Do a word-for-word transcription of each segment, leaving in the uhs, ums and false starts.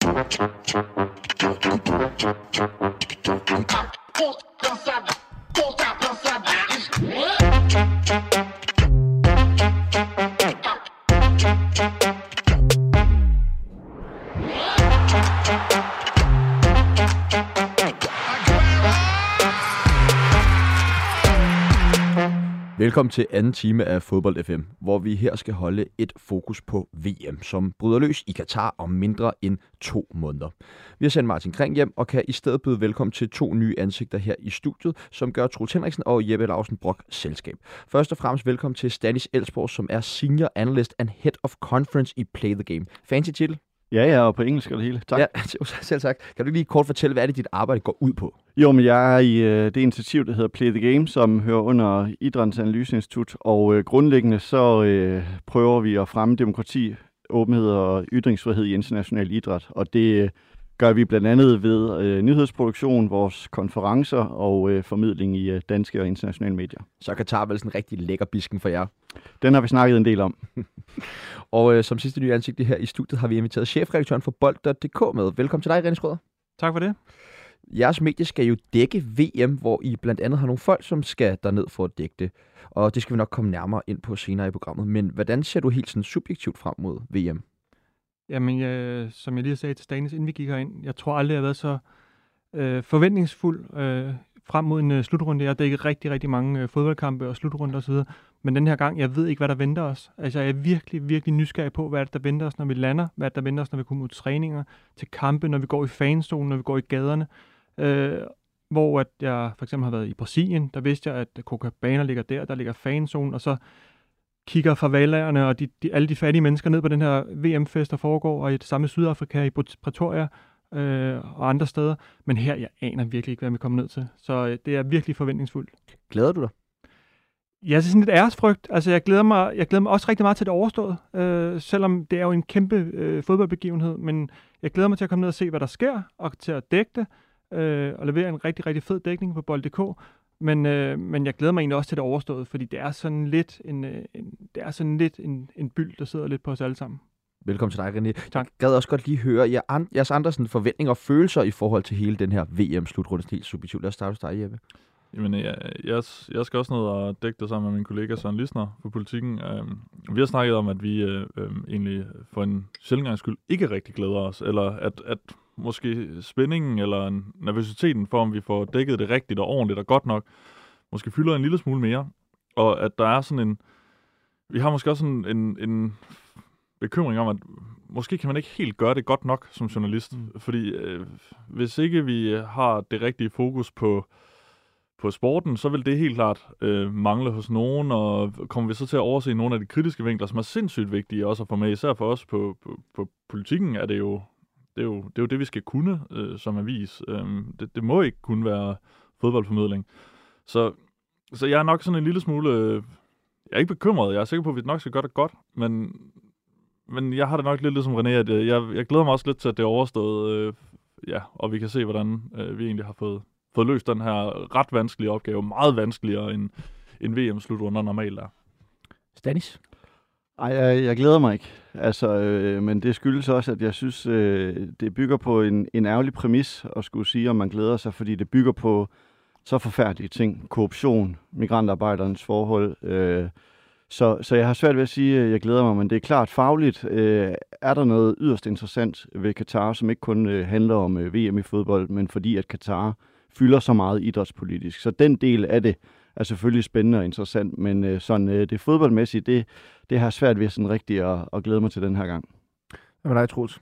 Velkommen til anden time af Fodbold F M, hvor vi her skal holde et fokus på V M, som bryder løs i Katar om mindre end to måneder. Vi har sendt Martin Kring hjem og kan i stedet byde velkommen til to nye ansigter her i studiet, som gør Troels Henriksen og Jeppe Lausen Brock selskab. Først og fremmest velkommen til Stanis Elsborg, som er Senior Analyst and Head of Conference i Play the Game. Fancy titel? Ja, ja, og på engelsk og det hele. Tak. Ja, selv tak. Kan du lige kort fortælle, hvad er det, dit arbejde går ud på? Jo, men jeg er i øh, det initiativ, der hedder Play the Game, som hører under Idrættens Analyseinstitut, og øh, grundlæggende så øh, prøver vi at fremme demokrati, åbenhed og ytringsfrihed i international idræt, og det øh, gør vi blandt andet ved øh, nyhedsproduktion, vores konferencer og øh, formidling i øh, danske og internationale medier. Så Katar er vel sådan en rigtig lækker bisken for jer? Den har vi snakket en del om. Og øh, som sidste nye ansigt her i studiet har vi inviteret chefredaktøren for bold punktum d k med. Velkommen til dig, René Schrøder. Tak for det. Jeres medie skal jo dække V M, hvor I blandt andet har nogle folk, som skal derned for at dække det. Og det skal vi nok komme nærmere ind på senere i programmet. Men hvordan ser du helt sådan subjektivt frem mod V M? Jamen, jeg, som jeg lige sagde til Stanis, inden vi gik herind, jeg tror aldrig, jeg har været så øh, forventningsfuld øh, frem mod en øh, slutrunde. Jeg har dækket rigtig, rigtig mange øh, fodboldkampe og slutrunder osv. Men den her gang, jeg ved ikke, hvad der venter os. Altså, jeg er virkelig, virkelig nysgerrig på, hvad der venter os, når vi lander. Hvad der venter os, når vi kommer ud til træninger, til kampe, når vi går i fanzonen, når vi går i gaderne. Øh, hvor at jeg for eksempel har været i Brasilien, der vidste jeg, at Copacabana ligger der, der ligger fanzonen, og så kigger favelaerne og de, de, alle de fattige mennesker ned på den her V M-fest, der foregår, og i det samme Sydafrika, i Pretoria øh, og andre steder. Men her, jeg aner virkelig ikke, hvad vi kommer ned til. Så øh, det er virkelig forventningsfuldt. Glæder du dig? Ja, det er sådan lidt æresfrygt. Altså, jeg glæder mig, jeg glæder mig også rigtig meget til det overstået, øh, selvom det er jo en kæmpe øh, fodboldbegivenhed, men jeg glæder mig til at komme ned og se, hvad der sker, og til at dække det, øh, og levere en rigtig, rigtig fed dækning på bold punktum d k. Men, øh, men jeg glæder mig egentlig også til det overstået, fordi det er sådan lidt en, en, det er sådan lidt en, en byld, der sidder lidt på os alle sammen. Velkommen til dig, René. Tak. Jeg gad også godt lige høre jer an, jeres andre sådan, forventninger og følelser i forhold til hele den her V M-slutrunde. Helt subjektivt. Lad os starte hos dig, Jeppe. Jamen, jeg, jeg, jeg skal også ned og dække det sammen med min kollega Søren Lisner på Politikken. Øhm, vi har snakket om, at vi øh, øh, egentlig for en sjældent gangs skyld ikke rigtig glæder os, eller at, at måske spændingen eller nervøsiteten for, om vi får dækket det rigtigt og ordentligt og godt nok, måske fylder en lille smule mere. Og at der er sådan en... Vi har måske også sådan en, en bekymring om, at måske kan man ikke helt gøre det godt nok som journalist. Mm. Fordi øh, hvis ikke vi har det rigtige fokus på på sporten, så vil det helt klart øh, mangle hos nogen, og kommer vi så til at overse nogle af de kritiske vinkler, som er sindssygt vigtige også at få med, især for os på, på, på Politikken, er det jo det, er jo, det, er jo det vi skal kunne øh, som avis. Øh, det, det må ikke kun være fodboldformidling. Så, så jeg er nok sådan en lille smule, øh, jeg er ikke bekymret, jeg er sikker på, at vi nok skal gøre det godt, men, men jeg har det nok lidt ligesom René, at jeg, jeg glæder mig også lidt til, at det er overstået, øh, ja, og vi kan se, hvordan øh, vi egentlig har fået fået løst den her ret vanskelige opgave, meget vanskeligere end en V M-slutrunder normalt er. Stanis? Ej, jeg, jeg glæder mig ikke. Altså, øh, men det skyldes også, at jeg synes, øh, det bygger på en, en ærgerlig præmis at skulle sige, om man glæder sig, fordi det bygger på så forfærdelige ting. Korruption, migrantarbejdernes forhold. Øh, så, så jeg har svært ved at sige, at jeg glæder mig, men det er klart fagligt. Øh, er der noget yderst interessant ved Katar, som ikke kun øh, handler om øh, V M i fodbold, men fordi at Katar fylder så meget idrætspolitisk. Så den del af det er selvfølgelig spændende og interessant, men øh, sådan øh, det fodboldmæssige, det, det har svært ved sådan rigtig at, at glæde mig til den her gang. Hvad med dig, Troels?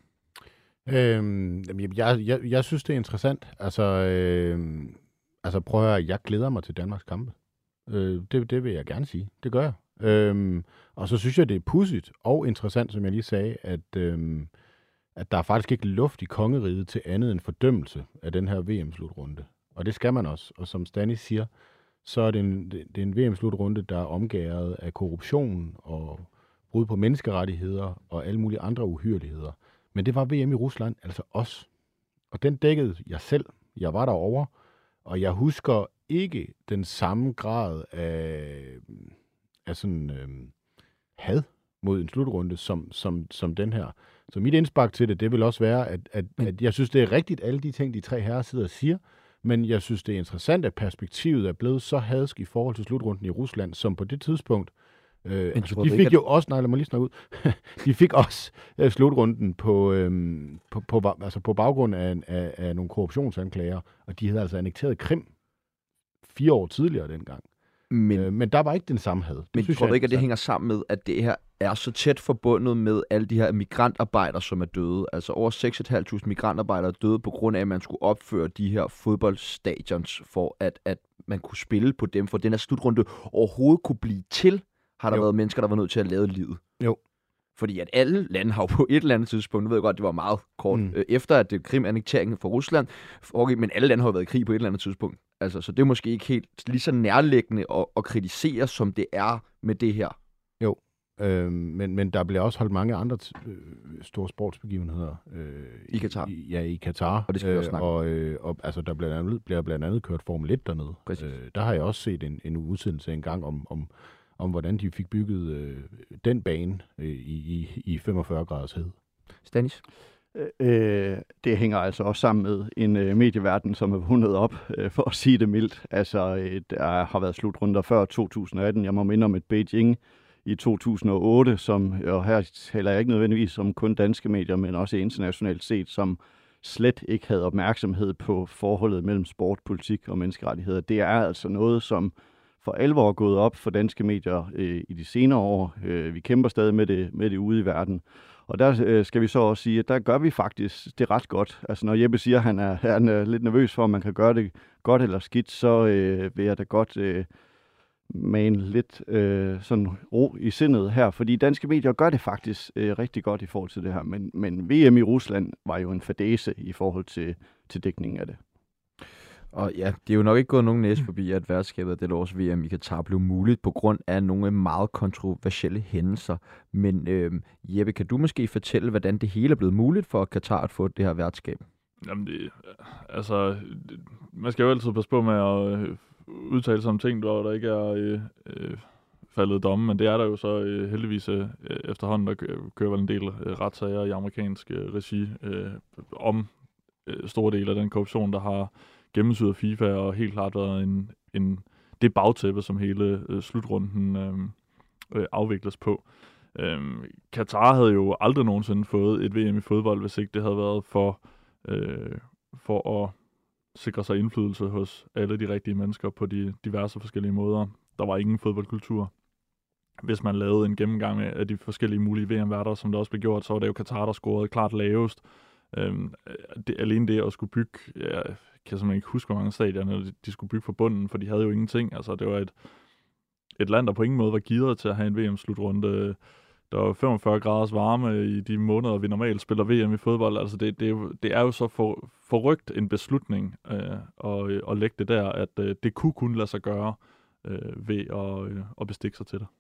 Øhm, jeg, jeg, jeg synes, det er interessant. Altså, øh, altså prøv at høre, jeg glæder mig til Danmarks kampe. Øh, det, det vil jeg gerne sige. Det gør jeg. Øh, og så synes jeg, det er pudsigt og interessant, som jeg lige sagde, at øh, at der er faktisk ikke luft i kongeriget til andet end fordømmelse af den her V M-slutrunde. Og det skal man også. Og som Stanis siger, så er det en, det er en V M-slutrunde, der er omgærdet af korruption og brud på menneskerettigheder og alle mulige andre uhyreligheder. Men det var V M i Rusland, altså os. Og den dækkede jeg selv. Jeg var derovre, og jeg husker ikke den samme grad af, af sådan, øh, had mod en slutrunde, som, som, som den her. Så mit indspark til det, det vil også være, at, at, at jeg synes, det er rigtigt, alle de ting, de tre herrer sidder og siger, men jeg synes, det er interessant, at perspektivet er blevet så hadsk i forhold til slutrunden i Rusland, som på det tidspunkt, øh, altså, de fik ikke, jo at... også, nej, lad mig lige snakke ud, de fik også øh, slutrunden på, øh, på, på, altså på baggrund af, af, af nogle korruptionsanklager, og de havde altså annekteret Krim fire år tidligere dengang. Men, øh, men der var ikke den samme had. Det men synes tror jeg, du ikke, at det hænger sammen med, at det her er så tæt forbundet med alle de her migrantarbejdere, som er døde? Altså over seks tusind fem hundrede migrantarbejdere er døde på grund af, at man skulle opføre de her fodboldstadions, for at, at man kunne spille på dem, for den her slutrunde overhovedet kunne blive til, har der jo været mennesker, der var nødt til at lade livet. Jo. Fordi at alle lande har på et eller andet tidspunkt, nu ved jeg godt, det var meget kort, mm. øh, efter at det Krim-annekteringen fra Rusland, foregik, men alle lande har været i krig på et eller andet tidspunkt. Altså, så det er måske ikke helt lige så nærliggende at, at kritisere, som det er med det her. Jo, øh, men, men der bliver også holdt mange andre t- øh, store sportsbegivenheder. Øh, I Katar. I, ja, i Katar. Og det skal vi også snakke øh, og, øh, og altså, der bliver blandt, andet, bliver blandt andet kørt Formel et dernede. Øh, der har jeg også set en, en udsendelse engang om, om, om, hvordan de fik bygget øh, den bane øh, i, i femogfyrre graders hede. Stanis? Øh, det hænger altså også sammen med en øh, medieverden, som er vundet op, øh, for at sige det mildt. Altså, øh, der har været slutrunder før to tusind atten. Jeg må minde om et Beijing i to tusind og otte, som, og her taler jeg ikke nødvendigvis om kun danske medier, men også internationalt set, som slet ikke havde opmærksomhed på forholdet mellem sport, politik og menneskerettigheder. Det er altså noget, som for alvor er gået op for danske medier øh, i de senere år. Øh, vi kæmper stadig med det, med det ude i verden. Og der øh, skal vi så også sige, at der gør vi faktisk det ret godt. Altså når Jeppe siger, at han er, han er lidt nervøs for, om man kan gøre det godt eller skidt, så øh, vil jeg da godt øh, mane lidt øh, sådan ro i sindet her. Fordi danske medier gør det faktisk øh, rigtig godt i forhold til det her. Men, men V M i Rusland var jo en fadæse i forhold til, til dækningen af det. Og ja, det er jo nok ikke gået nogen næse forbi, at værtskabet af dette års V M i Katar blev muligt på grund af nogle meget kontroversielle hændelser. Men øh, Jeppe, kan du måske fortælle, hvordan det hele er blevet muligt for Katar at få det her værtskab? Jamen, det, altså, det, man skal jo altid passe på med at øh, udtale sig om ting, hvor der ikke er øh, øh, faldet domme, men det er der jo så øh, heldigvis øh, efterhånden, der kører vel en del øh, retssager i amerikansk øh, regi øh, om øh, store dele af den korruption, der har gennemsyret FIFA, og helt klart været en, en, det bagtæppe, som hele øh, slutrunden øh, øh, afvikles på. Øh, Katar havde jo aldrig nogensinde fået et V M i fodbold, hvis ikke det havde været for, øh, for at sikre sig indflydelse hos alle de rigtige mennesker på de diverse forskellige måder. Der var ingen fodboldkultur. Hvis man lavede en gennemgang af de forskellige mulige V M-værter, som der også blev gjort, så var det jo Katar, der scorede klart lavest. Øh, det, alene det at skulle bygge... Ja, jeg kan simpelthen ikke huske, hvor mange stadioner de skulle bygge fra bunden, for de havde jo ingenting. Altså, det var et, et land, der på ingen måde var gearet til at have en V M-slutrunde. Der var femogfyrre graders varme i de måneder, vi normalt spiller V M i fodbold. Altså, det, det, er, jo, det er jo så for, forrygt en beslutning øh, at, at lægge det der, at øh, det kunne kun lade sig gøre øh, ved at, øh, at bestikke sig til det.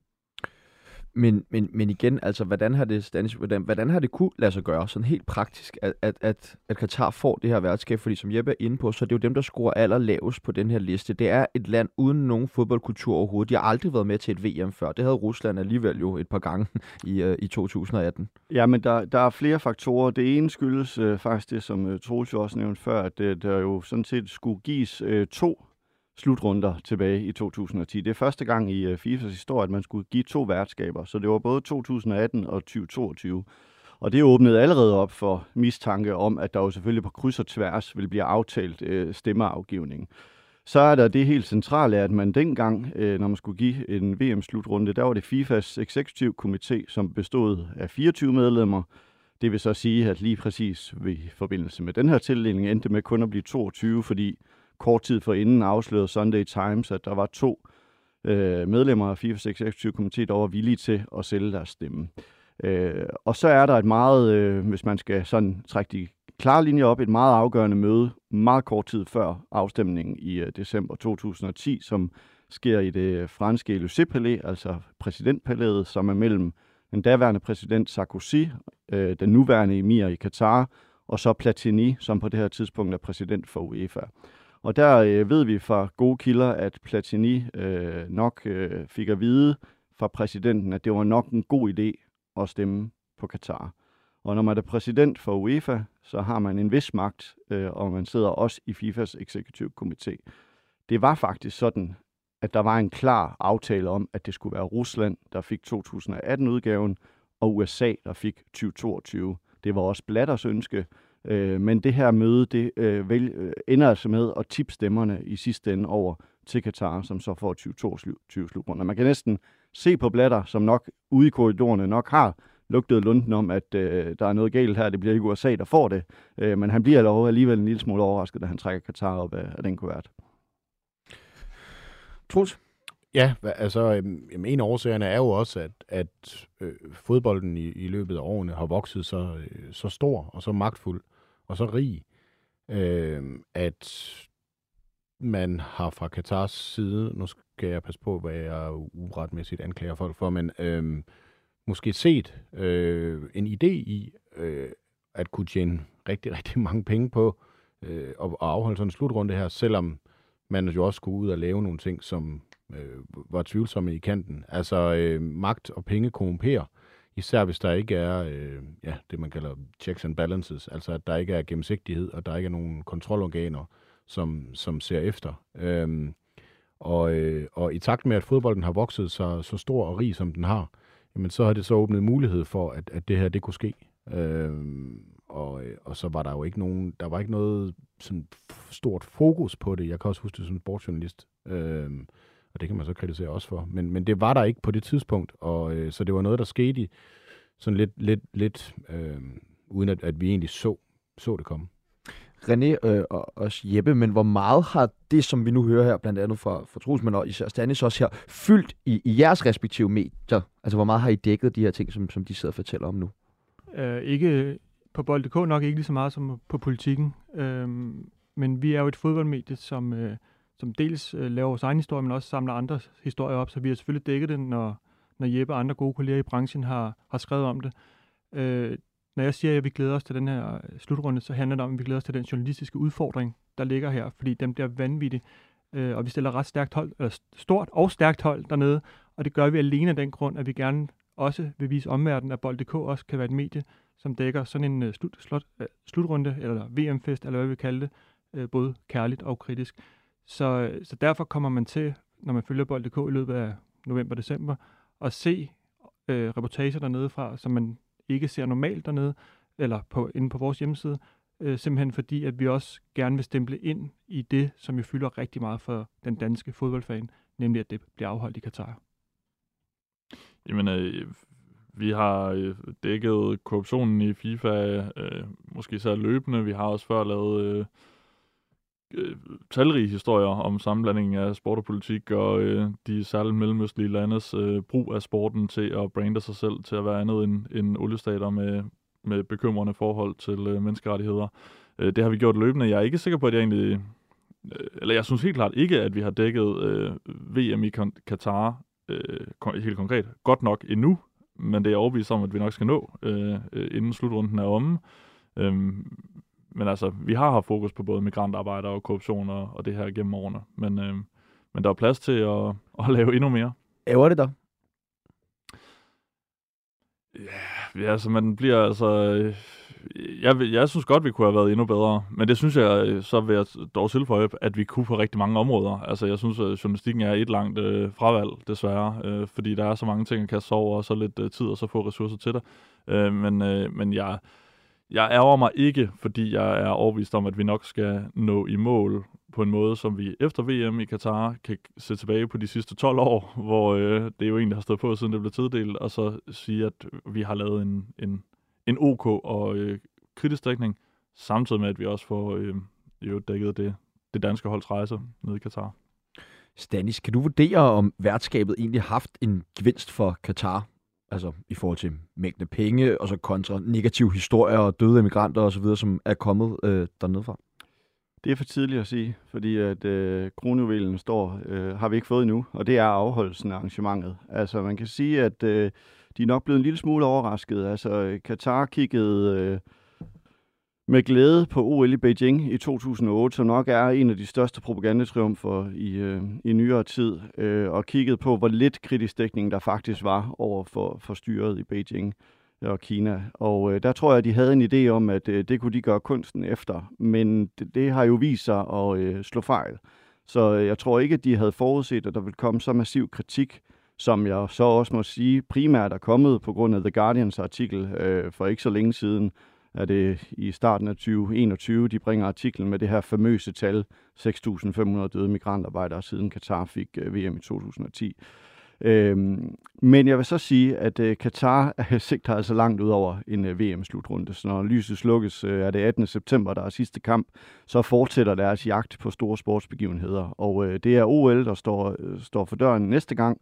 Men, men, men igen, altså, hvordan har det, Stanis, hvordan, hvordan har det kunne lade sig gøre, sådan helt praktisk, at, at, at, at Katar får det her værtskab? Fordi som Jeppe er inde på, så er det jo dem, der scorer allerlavest på den her liste. Det er et land uden nogen fodboldkultur overhovedet. De har aldrig været med til et V M før. Det havde Rusland alligevel jo et par gange i, uh, i to tusind og atten. Ja, men der, der er flere faktorer. Det ene skyldes uh, faktisk det, som uh, Troels jo også nævnte før, at uh, der jo sådan set skulle gives uh, to slutrunder tilbage i to tusind og ti. Det er første gang i uh, FIFAs historie, at man skulle give to værtskaber, så det var både to tusind og atten og tyve toogtyve. Og det åbnede allerede op for mistanke om, at der jo selvfølgelig på kryds og tværs ville blive aftalt uh, stemmeafgivning. Så er der det helt centrale, at man dengang, uh, når man skulle give en V M-slutrunde, der var det FIFAs Executive Committee, som bestod af fireogtyve medlemmer. Det vil så sige, at lige præcis ved forbindelse med den her tildeling endte med kun at blive toogtyve, fordi kort tid forinden afslørede Sunday Times, at der var to øh, medlemmer af FIFAs Executive Committee, der var villige til at sælge deres stemme. Øh, og så er der et meget, øh, hvis man skal sådan trække de klare linjer op, et meget afgørende møde, meget kort tid før afstemningen i øh, december to tusind og ti, som sker i det franske Élysée-palæ, altså præsidentpalæet, som er mellem den daværende præsident Sarkozy, øh, den nuværende emir i Katar, og så Platini, som på det her tidspunkt er præsident for UEFA. Og der øh, ved vi fra gode kilder, at Platini øh, nok øh, fik at vide fra præsidenten, at det var nok en god idé at stemme på Katar. Og når man er præsident for UEFA, så har man en vis magt, øh, og man sidder også i FIFAs Executive Committee. Det var faktisk sådan, at der var en klar aftale om, at det skulle være Rusland, der fik to tusind atten-udgaven, og U S A, der fik tyve toogtyve. Det var også Blatters ønske, øh, men det her møde det, øh, vel, øh, ender altså med at tippe stemmerne i sidste ende over til Katar, som så får tyve toogtyve slutrunder. Man kan næsten se på Blatter, som nok ude i korridorerne nok har lugtede lunden om, at øh, der er noget galt her. Det bliver ikke U S A, der får det. Øh, men han bliver lov alligevel en lille smule overrasket, da han trækker Katar op af, af den kuvert. Troels? Ja, altså øhm, en af årsagerne er jo også, at, at øh, fodbolden i, i løbet af årene har vokset så, øh, så stor og så magtfuld og så rig, øh, at man har fra Katars side, nu skal jeg passe på, hvad jeg uretmæssigt anklager folk for, men øh, måske set øh, en idé i øh, at kunne tjene rigtig, rigtig mange penge på øh, at, at afholde sådan en slutrunde her, selvom man jo også skulle ud og lave nogle ting, som øh, var tvivlsomme i kanten. Altså øh, magt og penge korrumperer, især hvis der ikke er øh, ja, det, man kalder checks and balances, altså at der ikke er gennemsigtighed, og der ikke er nogen kontrolorganer, som, som ser efter. Øhm, og, øh, og i takt med, at fodbolden har vokset så, så stor og rig, som den har, jamen så har det så åbnet mulighed for, at, at det her det kunne ske. Øhm, og, og så var der jo ikke nogen, der var ikke noget sådan stort fokus på det. Jeg kan også huske det som sportsjournalist, øhm, og det kan man så kritisere også for. Men, men det var der ikke på det tidspunkt, og øh, så det var noget, der skete i sådan lidt, lidt, lidt øh, uden at, at vi egentlig så, så det komme. René øh, og også Jeppe, men hvor meget har det, som vi nu hører her, blandt andet fra, fra Troels, men og især Stanis også her, fyldt i, i jeres respektive medier? Altså, hvor meget har I dækket de her ting, som, som de sidder og fortæller om nu? Øh, ikke på bold punktum d k, nok ikke lige så meget som på Politikken. Øh, men vi er jo et fodboldmedie, som, øh, som dels øh, laver vores egen historie, men også samler andres historier op, så vi har selvfølgelig dækket det, når, når Jeppe og andre gode kolleger i branchen har, har skrevet om det. Øh, Når jeg siger, at vi glæder os til den her slutrunde, så handler det om, at vi glæder os til den journalistiske udfordring, der ligger her, fordi den bliver vanvittig. Øh, og vi stiller ret stærkt hold, eller stort og stærkt hold dernede, og det gør vi alene af den grund, at vi gerne også vil vise omverdenen, at bold punktum d k også kan være et medie, som dækker sådan en uh, slut, slut, uh, slutrunde, eller V M-fest, eller hvad vi kalder det, uh, både kærligt og kritisk. Så, så derfor kommer man til, når man følger bold punktum d k i løbet af november-december, at se uh, reportager dernede fra, som man ikke ser normalt dernede, eller på, inde på vores hjemmeside, øh, simpelthen fordi, at vi også gerne vil stemple ind i det, som jo fylder rigtig meget for den danske fodboldfan, nemlig at det bliver afholdt i Katar. Jamen, øh, vi har øh, dækket korruptionen i FIFA, øh, måske så løbende. Vi har også før lavet øh, øh, talrige historier om sammenblandingen af sport og politik, og øh, de særligt mellemøstlige landes øh, brug af sporten til at brande sig selv til at være andet end, end oliestater med, med bekymrende forhold til øh, menneskerettigheder. Øh, det har vi gjort løbende. Jeg er ikke sikker på, at jeg egentlig... Øh, eller jeg synes helt klart ikke, at vi har dækket øh, V M i Katar øh, helt konkret godt nok endnu, men det er overbevist om, at vi nok skal nå, øh, inden slutrunden er omme. Øh, Men altså, vi har haft fokus på både migrantarbejdere og korruption og, og det her gennem årene. Men, øh, men der er plads til at, at lave endnu mere. Æver det der? Ja, ja, altså man bliver altså... Øh, jeg, jeg synes godt, vi kunne have været endnu bedre. Men det synes jeg, så vil jeg dog tilføje, at vi kunne på rigtig mange områder. Altså jeg synes, at journalistikken er et langt øh, fravalg, desværre. Øh, fordi der er så mange ting at kaste over, og så lidt øh, tid og så få ressourcer til det. Øh, men, øh, men jeg... Jeg ærger mig ikke, fordi jeg er overbevist om, at vi nok skal nå i mål på en måde, som vi efter V M i Katar kan se tilbage på de sidste tolv år, hvor øh, det jo egentlig har stået på, siden det blev tiddelt, og så sige, at vi har lavet en, en, en OK og øh, kritisk dækning, samtidig med, at vi også får øh, jo dækket det, det danske holds rejse nede i Katar. Stanis, kan du vurdere, om værtskabet egentlig har haft en gevinst for Katar? Altså i forhold til mængde penge, og så kontra negative historier og døde immigranter osv., som er kommet øh, dernede fra? Det er for tidligt at sige, fordi at øh, kronjuvelen står, øh, har vi ikke fået endnu, og det er afholdelsen af arrangementet. Altså man kan sige, at øh, de er nok blevet en lille smule overrasket. Altså Katar kiggede øh, med glæde på O L i Beijing i to tusind og otte, som nok er en af de største propagandatriumfer i, øh, i nyere tid, øh, og kiggede på, hvor lidt kritisk dækning der faktisk var over for, for styret i Beijing. og Kina. Og øh, der tror jeg, at de havde en idé om, at øh, det kunne de gøre kunsten efter. Men det, det har jo vist sig at øh, slå fejl. Så øh, jeg tror ikke, at de havde forudset, at der ville komme så massiv kritik, som jeg så også må sige primært er kommet på grund af The Guardians artikel øh, for ikke så længe siden. Er det i starten af tyve enogtyve, de bringer artiklen med det her famøse tal, seks tusind fem hundrede døde migrantarbejdere siden Katar fik øh, V M i to tusind og ti. Øhm, men jeg vil så sige, at øh, Katar sigter altså langt ud over en øh, V M-slutrunde. Så når lyset slukkes, øh, er det attende september, der er sidste kamp, så fortsætter deres jagt på store sportsbegivenheder. Og øh, det er O L, der står, øh, står for døren næste gang.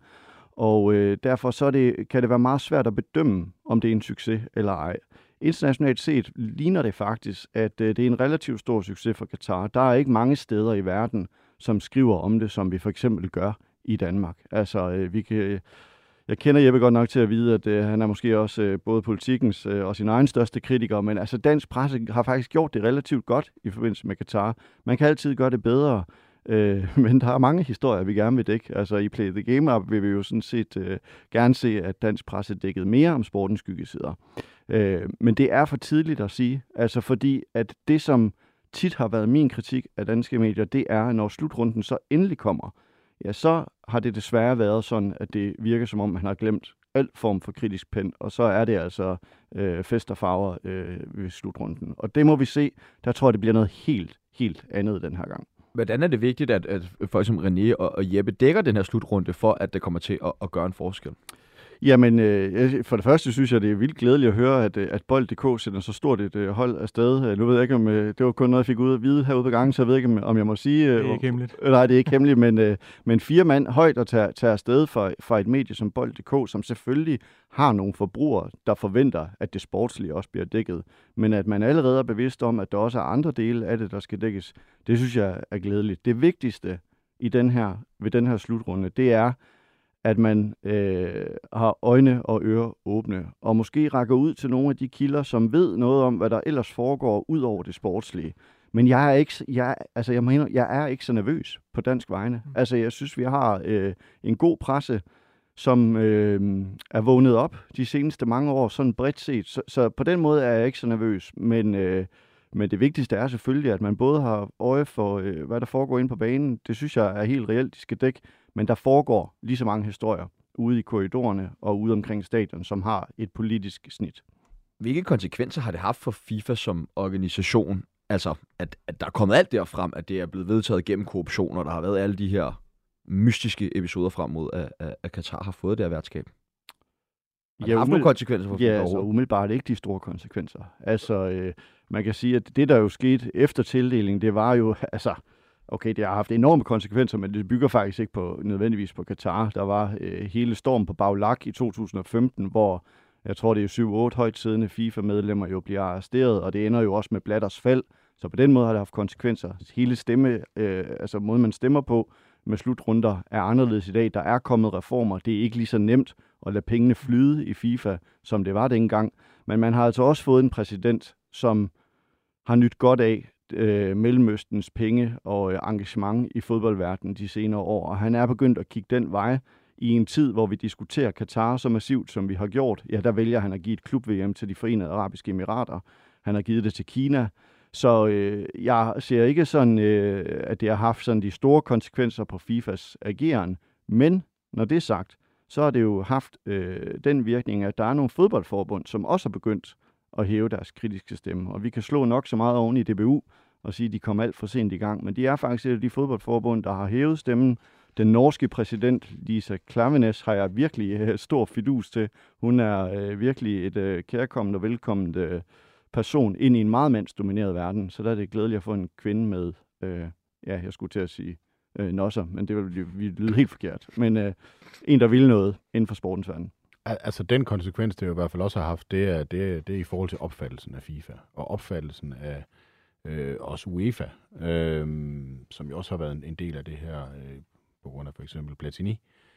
Og øh, derfor så er det, kan det være meget svært at bedømme, om det er en succes eller ej. Internationalt set ligner det faktisk, at øh, det er en relativt stor succes for Katar. Der er ikke mange steder i verden, som skriver om det, som vi for eksempel gør i Danmark. Altså, øh, vi kan, jeg kender Jeppe godt nok til at vide, at øh, han er måske også øh, både politikens øh, og sin egen største kritiker, men altså dansk presse har faktisk gjort det relativt godt i forbindelse med Katar. Man kan altid gøre det bedre, øh, men der er mange historier, vi gerne vil dække. Altså i Play the Game Up vil vi jo sådan set øh, gerne se, at dansk presse dækkede mere om sportens skyggesider. Øh, men det er for tidligt at sige, altså fordi at det, som tit har været min kritik af danske medier, det er, når slutrunden så endelig kommer, ja, så har det desværre været sådan, at det virker som om, man har glemt al form for kritisk pen, og så er det altså øh, fest og farver øh, ved slutrunden. Og det må vi se. Der tror jeg, det bliver noget helt, helt andet den her gang. Hvordan er det vigtigt, at, at folk som René og, og Jeppe dækker den her slutrunde, for at det kommer til at, at gøre en forskel? Jamen, øh, for det første synes jeg, det er vildt glædeligt at høre, at, at Bold punktum d k sender så stort et øh, hold afsted. Nu ved jeg ikke, om øh, det var kun noget, jeg fik ud at vide herude på gangen, så jeg ved ikke, om jeg må sige... Øh, det er ikke hemmeligt. Øh, nej, det er ikke hemmeligt, men, øh, men fire mand højt at tage, tage afsted fra, fra et medie som Bold punktum d k, som selvfølgelig har nogle forbrugere, der forventer, at det sportslige også bliver dækket. Men at man allerede er bevidst om, at der også er andre dele af det, der skal dækkes, det synes jeg er glædeligt. Det vigtigste i den her, ved den her slutrunde, det er, at man øh, har øjne og ører åbne, og måske rækker ud til nogle af de kilder, som ved noget om, hvad der ellers foregår ud over det sportslige. Men jeg er ikke, jeg, altså jeg mener, jeg er ikke så nervøs på dansk vegne. Mm. Altså jeg synes, vi har øh, en god presse, som øh, er vågnet op de seneste mange år, sådan bredt set. Så, så på den måde er jeg ikke så nervøs, men... Øh, Men det vigtigste er selvfølgelig, at man både har øje for, øh, hvad der foregår inde på banen. Det synes jeg er helt reelt, de skal dække. Men der foregår lige så mange historier ude i korridorerne og ude omkring stadion, som har et politisk snit. Hvilke konsekvenser har det haft for FIFA som organisation? Altså, at, at der er kommet alt der frem, at det er blevet vedtaget gennem korruption, og der har været alle de her mystiske episoder frem mod, at, at, at Katar har fået det her værtskab. Har det ja, haft nogle konsekvenser for FIFA? Ja, altså umiddelbart ikke de store konsekvenser. Altså, øh, man kan sige, at det, der jo skete efter tildelingen, det var jo, altså, okay, det har haft enorme konsekvenser, men det bygger faktisk ikke på nødvendigvis på Katar. Der var øh, hele stormen på Baulak i to tusind og femten, hvor jeg tror, det er syv otte højt siddende FIFA-medlemmer jo bliver arresteret, og det ender jo også med Blatters fald. Så på den måde har det haft konsekvenser. Hele stemme, øh, altså måden man stemmer på med slutrunder er anderledes i dag. Der er kommet reformer. Det er ikke lige så nemt at lade pengene flyde i FIFA, som det var dengang. Men man har altså også fået en præsident, som har nydt godt af øh, Mellemøstens penge og øh, engagement i fodboldverdenen de senere år. Og han er begyndt at kigge den vej i en tid, hvor vi diskuterer Katar så massivt, som vi har gjort. Ja, der vælger han at give et klub-V M til de Forenede Arabiske Emirater. Han har givet det til Kina. Så øh, jeg ser ikke sådan, øh, at det har haft sådan de store konsekvenser på FIFAs ageren. Men når det er sagt, så har det jo haft øh, den virkning, at der er nogle fodboldforbund, som også har begyndt at hæve deres kritiske stemme. Og vi kan slå nok så meget oven i D B U og sige, at de kom alt for sent i gang. Men de er faktisk et af de fodboldforbund, der har hævet stemmen. Den norske præsident, Lisa Klaveness, har jeg virkelig øh, stor fidus til. Hun er øh, virkelig et øh, kærkomment og velkomment øh, person ind i en meget mandsdomineret verden. Så der er det glædeligt at få en kvinde med, øh, ja, jeg skulle til at sige øh, nosser, men det vil lyde helt forkert. Men øh, en, der vil noget inden for sportens verden. Altså den konsekvens, det jo i hvert fald også har haft, det er, det er, det er i forhold til opfattelsen af FIFA, og opfattelsen af øh, også UEFA, øh, som jo også har været en, en del af det her, øh, på grund af for eksempel Platini.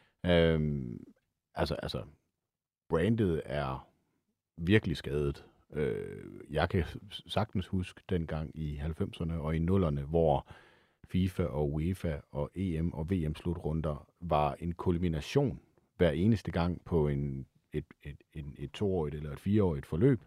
Øh, altså, altså, brandet er virkelig skadet. Øh, jeg kan sagtens huske dengang i halvfemserne og i nullerne, hvor FIFA og UEFA og E M og V M-slutrunder var en kulmination hver eneste gang på en et, et, et, et toårigt eller et fireårigt forløb,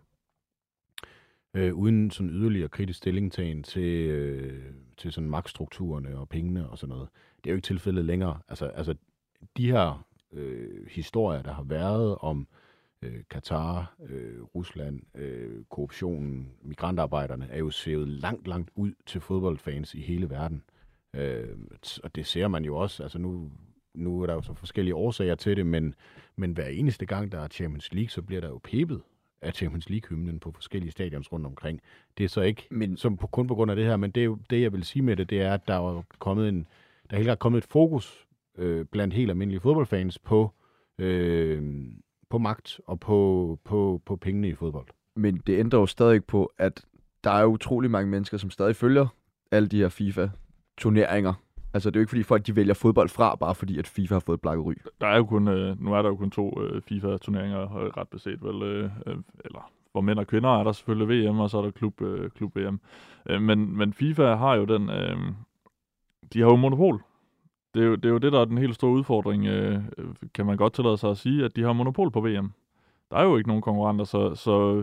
øh, uden sådan yderligere kritisk stillingtagen til, øh, til sådan magtstrukturerne og pengene og sådan noget. Det er jo ikke tilfældet længere. Altså, altså de her øh, historier, der har været om øh, Katar, øh, Rusland, øh, korruptionen, migrantarbejderne, er jo svævet langt, langt ud til fodboldfans i hele verden. Øh, og det ser man jo også. Altså nu, nu er der jo så forskellige årsager til det, men, men hver eneste gang, der er Champions League, så bliver der jo pebet af Champions League-hymnen på forskellige stadions rundt omkring. Det er så ikke men, som på, kun på grund af det her, men det, er jo, det, jeg vil sige med det, det er, at der er kommet en, der er helt klart kommet et fokus øh, blandt helt almindelige fodboldfans på, øh, på magt og på, på, på pengene i fodbold. Men det ændrer jo stadig på, at der er utrolig mange mennesker, som stadig følger alle de her FIFA-turneringer. Altså, det er jo ikke fordi folk, de vælger fodbold fra, bare fordi, at FIFA har fået et blakket ry. Der er jo kun, øh, nu er der jo kun to øh, FIFA-turneringer, ret beset vel, øh, eller for mænd og kvinder er der selvfølgelig V M, og så er der klub, øh, klub V M. Øh, men, men FIFA har jo den, øh, de har jo monopol. Det er jo, det er jo det, der er den helt store udfordring, øh, kan man godt tillade sig at sige, at de har monopol på V M. Der er jo ikke nogen konkurrenter, så... så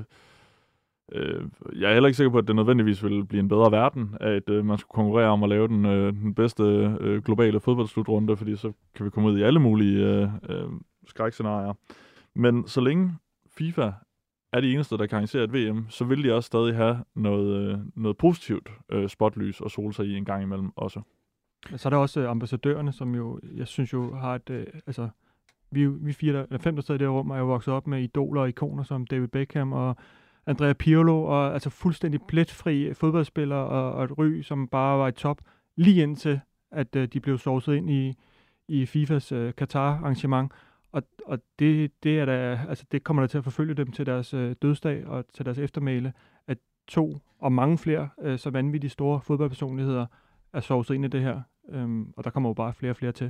Øh, jeg er heller ikke sikker på, at det nødvendigvis vil blive en bedre verden, at øh, man skulle konkurrere om at lave den, øh, den bedste øh, globale fodboldslutrunde, fordi så kan vi komme ud i alle mulige øh, øh, skrækscenarier. Men så længe FIFA er de eneste, der kan arrangere et V M, så vil de også stadig have noget, øh, noget positivt øh, spotlys og sole sig i en gang imellem også. Så er der også øh, ambassadørerne, som jo, jeg synes jo har et, øh, altså, vi, vi fire, der, eller fem, der sidder i det rum, er jo vokset op med idoler og ikoner som David Beckham og Andrea Pirlo, og altså fuldstændig pletfri fodboldspillere og, og et ry, som bare var i top, lige indtil, at øh, de blev sovset ind i, i FIFAs øh, Qatar-arrangement. Og, og det, det, er der, altså det kommer der til at forfølge dem til deres øh, dødsdag og til deres eftermæle, at to og mange flere øh, så vanvittigt store fodboldpersonligheder er sovset ind i det her. Øhm, og der kommer jo bare flere og flere til.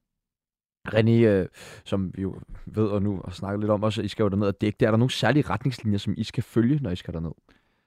René, øh, som vi jo ved og nu har snakket lidt om også, I skal jo derned og dække. Er der nogle særlige retningslinjer, som I skal følge, når I skal derned?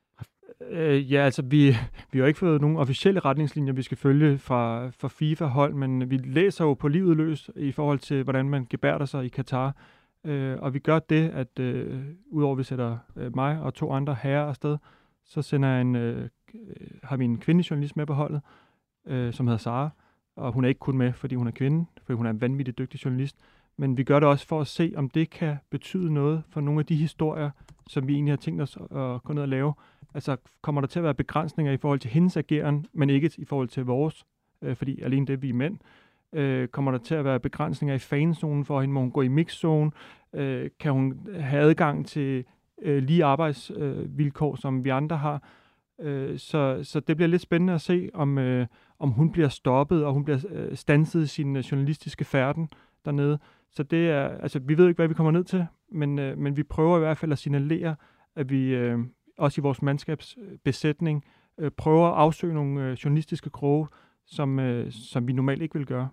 Øh, ja, altså vi, vi har jo ikke fået nogen officielle retningslinjer, vi skal følge fra, fra FIFA-hold, men vi læser jo på livet løs i forhold til, hvordan man gebærder sig i Katar. Øh, og vi gør det, at øh, udover at vi sætter øh, mig og to andre herrer afsted, så sender jeg en, øh, har vi en kvindelig journalist med på holdet, øh, som hedder Sara. Og hun er ikke kun med, fordi hun er kvinde, fordi hun er en vanvittig dygtig journalist. Men vi gør det også for at se, om det kan betyde noget for nogle af de historier, som vi egentlig har tænkt os at gå ned og lave. Altså kommer der til at være begrænsninger i forhold til hendes ageren, men ikke i forhold til vores, øh, fordi alene det, vi er mænd. Øh, kommer der til at være begrænsninger i fanzonen for hende? Må hun gå i mixzone? Øh, kan hun have adgang til øh, lige arbejdsvilkår, øh, som vi andre har? Øh, så, så det bliver lidt spændende at se, om, øh, om hun bliver stoppet, og hun bliver øh, standset i sin øh, journalistiske færden dernede. Så det er, altså vi ved ikke, hvad vi kommer ned til, men, øh, men vi prøver i hvert fald at signalere, at vi øh, også i vores mandskabsbesætning øh, prøver at afsøge nogle øh, journalistiske kroge, som, øh, som vi normalt ikke vil gøre.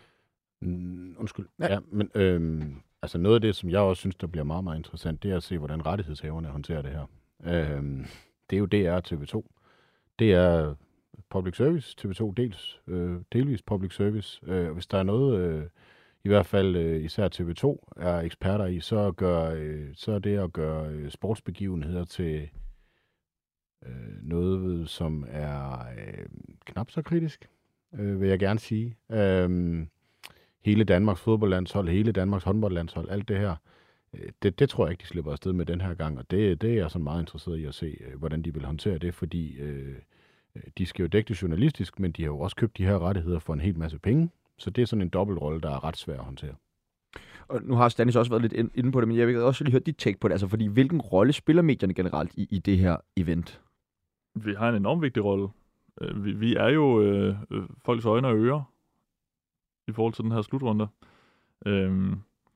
Mm, undskyld. Ja, ja men øh, altså noget af det, som jeg også synes, der bliver meget, meget interessant, det er at se, hvordan rettighedshaverne håndterer det her. Øh, det er jo D R og T V to. Det er public service, T V to dels, øh, delvis public service. Øh, hvis der er noget, øh, i hvert fald øh, især T V to er eksperter i, så, gør, øh, så er det at gøre øh, sportsbegivenheder til øh, noget, som er øh, knap så kritisk, øh, vil jeg gerne sige. Øh, hele Danmarks fodboldlandshold, hele Danmarks håndboldlandshold, alt det her, Det, det tror jeg ikke, de slipper afsted med den her gang, og det, det er jeg sådan meget interesseret i at se, hvordan de vil håndtere det, fordi øh, de skal jo dække det journalistisk, men de har jo også købt de her rettigheder for en hel masse penge, så det er sådan en dobbeltrolle, der er ret svær at håndtere. Og nu har Stanis også været lidt inde på det, men jeg vil også lige høre dit take på det, altså fordi hvilken rolle spiller medierne generelt i, i det her event? Vi har en enormt vigtig rolle. Vi, vi er jo øh, folks øjne og ører i forhold til den her slutrunde. Øhm,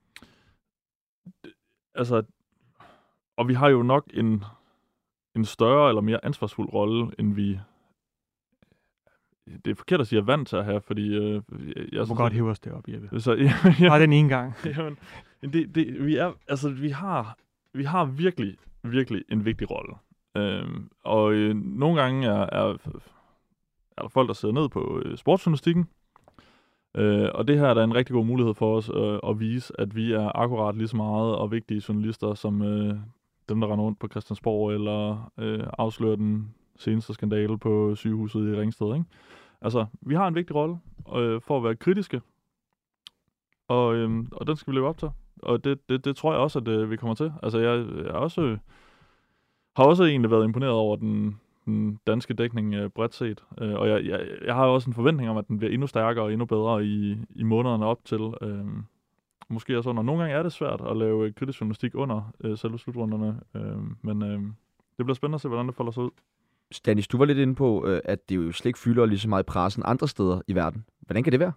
Altså, og vi har jo nok en, en større eller mere ansvarsfuld rolle, end vi... Det er forkert at sige, at jeg er vant til at have, fordi... Øh, jeg, jeg du må godt hive os derop, Jeppe. Så, ja, ja. Bare den ene gang. Jamen, det, det, vi, er, altså, vi, har, vi har virkelig, virkelig en vigtig rolle. Øhm, og øh, nogle gange er, er, er der folk, der sidder ned på øh, sportsjournalistikken, Øh, og det her er da en rigtig god mulighed for os øh, at vise, at vi er akkurat lige så meget og vigtige journalister, som øh, dem, der render rundt på Christiansborg, eller øh, afslører den seneste skandale på sygehuset i Ringsted, ikke? Altså, vi har en vigtig rolle øh, for at være kritiske, og, øh, og den skal vi leve op til. Og det, det, det tror jeg også, at øh, vi kommer til. Altså, jeg, jeg også, øh, har også egentlig været imponeret over den, den danske dækning øh, bredt set. Øh, og jeg, jeg, jeg har også en forventning om, at den bliver endnu stærkere og endnu bedre i, i månederne op til. Øh, måske også under. Nogle gange er det svært at lave kritisk journalistik under øh, selve slutrunderne, øh, men øh, det bliver spændende at se, hvordan det folder sig ud. Stanis, du var lidt inde på, øh, at det jo slet ikke fylder lige så meget i pressen andre steder i verden. Hvordan kan det være?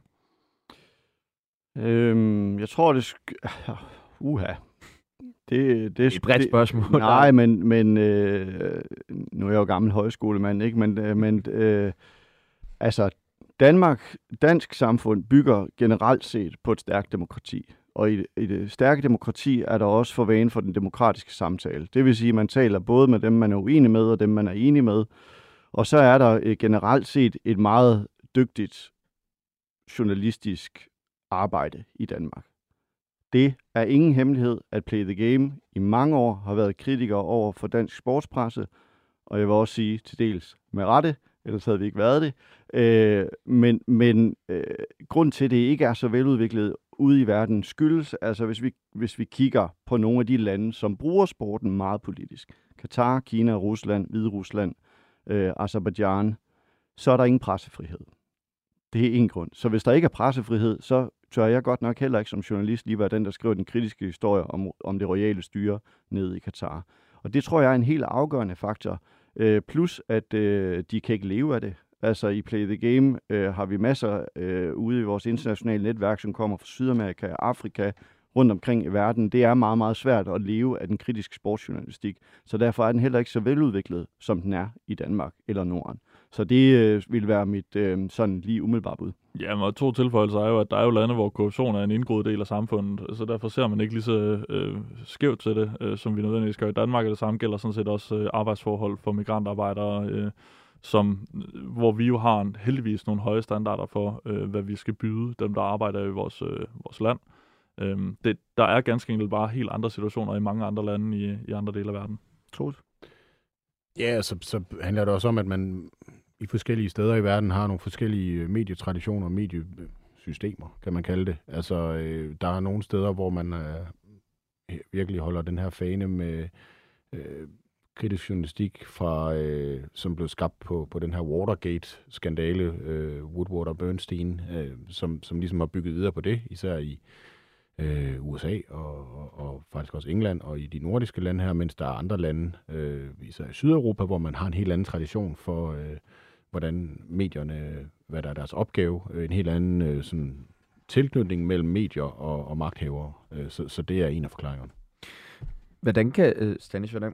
Øhm, jeg tror, det... Sk- Uha. Det, det, Det er et bredt spørgsmål. Nej, men, men øh, nu er jeg jo gammel højskolemand, ikke? Men, øh, men øh, altså, Danmark, dansk samfund bygger generelt set på et stærkt demokrati. Og i, i det stærke demokrati er der også for vane for den demokratiske samtale. Det vil sige, at man taler både med dem, man er uenig med, og dem, man er enig med. Og så er der øh, generelt set et meget dygtigt journalistisk arbejde i Danmark. Det er ingen hemmelighed, at Play the Game i mange år har været kritikere over for dansk sportspresse, og jeg vil også sige til dels med rette, ellers havde vi ikke været det. Øh, men men øh, grund til, at det ikke er så veludviklet ude i verden, skyldes, altså hvis vi, hvis vi kigger på nogle af de lande, som bruger sporten meget politisk, Katar, Kina, Rusland, Hviderusland, øh, Aserbajdsjan, så er der ingen pressefrihed. Det er en grund. Så hvis der ikke er pressefrihed, så tør jeg godt nok heller ikke som journalist lige være den, der skriver den kritiske historie om, om det royale styre nede i Katar. Og det tror jeg er en helt afgørende faktor. Øh, plus, at øh, de kan ikke leve af det. Altså i Play the Game øh, har vi masser øh, ude i vores internationale netværk, som kommer fra Sydamerika og Afrika, rundt omkring i verden. Det er meget, meget svært at leve af den kritiske sportsjournalistik. Så derfor er den heller ikke så veludviklet, som den er i Danmark eller Norden. Så det øh, vil være mit øh, sådan lige umiddelbart bud. Ja, og to tilføjelser er jo, at der er jo lande, hvor korruption er en indgroet del af samfundet, så derfor ser man ikke lige så øh, skævt til det, øh, som vi nødvendigvis gør i Danmark, og det samme gælder sådan set også øh, arbejdsforhold for migrantarbejdere, øh, som, hvor vi jo har en, heldigvis nogle høje standarder for, øh, hvad vi skal byde dem, der arbejder i vores, øh, vores land. Øh, det, der er ganske enkelt bare helt andre situationer i mange andre lande i, i andre dele af verden. Troels? Ja, så, så handler det også om, at man i forskellige steder i verden har nogle forskellige medietraditioner og mediesystemer, kan man kalde det. Altså, øh, der er nogle steder, hvor man øh, virkelig holder den her fane med øh, kritisk journalistik, fra, øh, som blev skabt på, på den her Watergate-skandale, øh, Woodward og Bernstein, øh, som, som ligesom har bygget videre på det, især i øh, U S A og, og, og faktisk også England og i de nordiske lande her, mens der er andre lande, øh, især i Sydeuropa, hvor man har en helt anden tradition for, øh, hvordan medierne, hvad der er deres opgave, øh, en helt anden øh, sådan, tilknytning mellem medier og, og magthavere. Øh, så, så det er en af forklaringerne. Hvordan kan, øh, Stanis, hvordan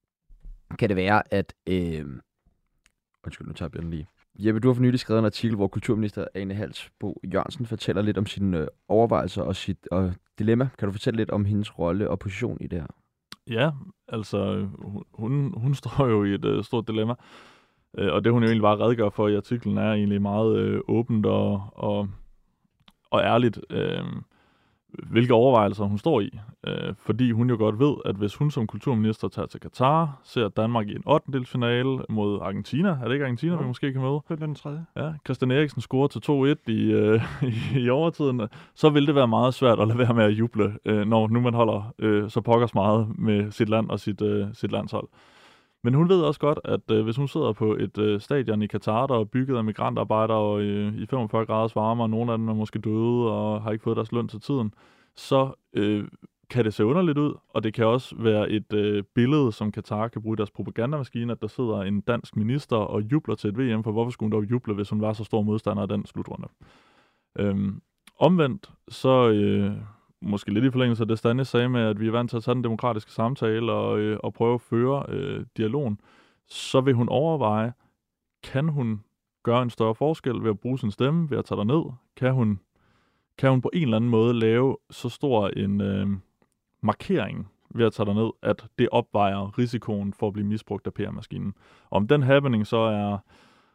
kan det være, at... Øh... Undskyld, nu tager jeg den lige. Jeppe, du har for nylig skrevet en artikel, hvor kulturminister Ane Halsboe Jørgensen fortæller lidt om sine øh, overvejelser og sit og dilemma. Kan du fortælle lidt om hendes rolle og position i det her? Ja, altså hun, hun står jo i et øh, stort dilemma, øh, og det hun jo egentlig bare redegør for i artiklen er egentlig meget øh, åbent og, og, og ærligt, øh, hvilke overvejelser hun står i. Øh, fordi hun jo godt ved, at hvis hun som kulturminister tager til Katar, ser Danmark i en ottendedelsfinale mod Argentina. Er det ikke Argentina, ja. vi måske kan møde? Den tredje. Ja, Christian Eriksen scorer til to et i, øh, i, i overtiden. Så vil det være meget svært at lade være med at juble, øh, når nu man holder øh, så pokkers meget med sit land og sit, øh, sit landshold. Men hun ved også godt, at øh, hvis hun sidder på et øh, stadion i Katar, der er bygget af migrantarbejdere og, øh, i femogfyrre graders varme, og nogle af dem er måske døde og har ikke fået deres løn til tiden, så øh, kan det se underligt ud, og det kan også være et øh, billede, som Katar kan bruge i deres propagandamaskine, at der sidder en dansk minister og jubler til et V M, for hvorfor skulle hun dog juble, hvis hun var så stor modstander af den slutrunde. Øhm, omvendt, så øh, måske lidt i forlængelse af det, Stanis sagde med, at vi er vant til at tage den demokratiske samtale og, øh, og prøve at føre øh, dialogen, så vil hun overveje, kan hun gøre en større forskel ved at bruge sin stemme, ved at tage ned? Kan hun, kan hun på en eller anden måde lave så stor en øh, markering ved at tage ned, at det opvejer risikoen for at blive misbrugt af P R-maskinen? Om den happening så er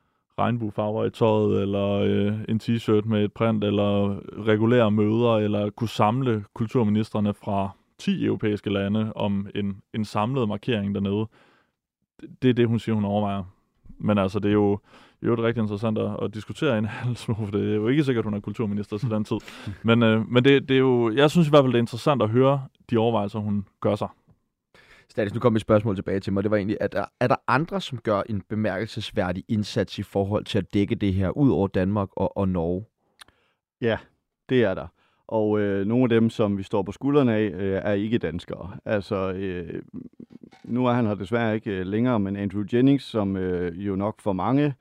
regnbuefarver i tøjet, eller øh, en t-shirt med et print, eller regulære møder, eller kunne samle kulturministerne fra ti europæiske lande om en, en samlet markering dernede. Det er det, hun siger, hun overvejer. Men altså, det er jo, det er jo rigtig interessant at, at diskutere en halvsmå, for det er jo ikke sikkert, at hun er kulturminister til den tid. Men, øh, men det, det er jo, jeg synes i hvert fald, det er interessant at høre de overvejelser, hun gør sig. Stanis, nu kommer et spørgsmål tilbage til mig. Det var egentlig, at er, er der andre, som gør en bemærkelsesværdig indsats i forhold til at dække det her, ud over Danmark og, og Norge? Ja, det er der. Og øh, nogle af dem, som vi står på skuldrene af, øh, er ikke danskere. Altså, øh, nu er han her desværre ikke øh, længere, men Andrew Jennings, som øh, jo nok for mange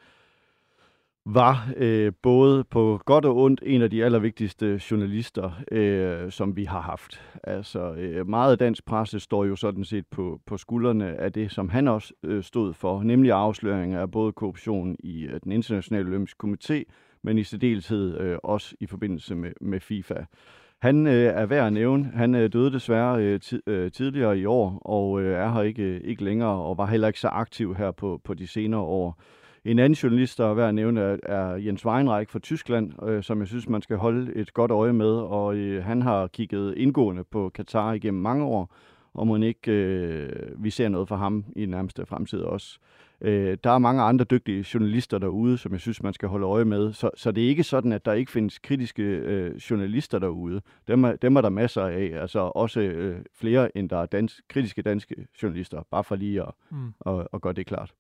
var øh, både på godt og ondt en af de allervigtigste journalister, øh, som vi har haft. Altså, øh, meget dansk presse står jo sådan set på, på skuldrene af det, som han også øh, stod for, nemlig afsløringer af både korruption i øh, den internationale olympiske komité, men i særdeleshed øh, også i forbindelse med, med FIFA. Han øh, er værd at nævne. Han øh, døde desværre øh, ti- øh, tidligere i år, og øh, er her ikke, øh, ikke længere, og var heller ikke så aktiv her på, på de senere år. En anden journalist, der er værd at nævne, er, er Jens Weinreich fra Tyskland, øh, som jeg synes, man skal holde et godt øje med, og øh, han har kigget indgående på Katar igennem mange år, og må ikke øh, vi ser noget fra ham i den nærmeste fremtid også. Øh, der er mange andre dygtige journalister derude, som jeg synes, man skal holde øje med. Så, så det er ikke sådan, at der ikke findes kritiske øh, journalister derude. Dem er, dem er der masser af. Altså også øh, flere, end der er dans, kritiske danske journalister. Bare for lige at, mm. at, at gøre det klart.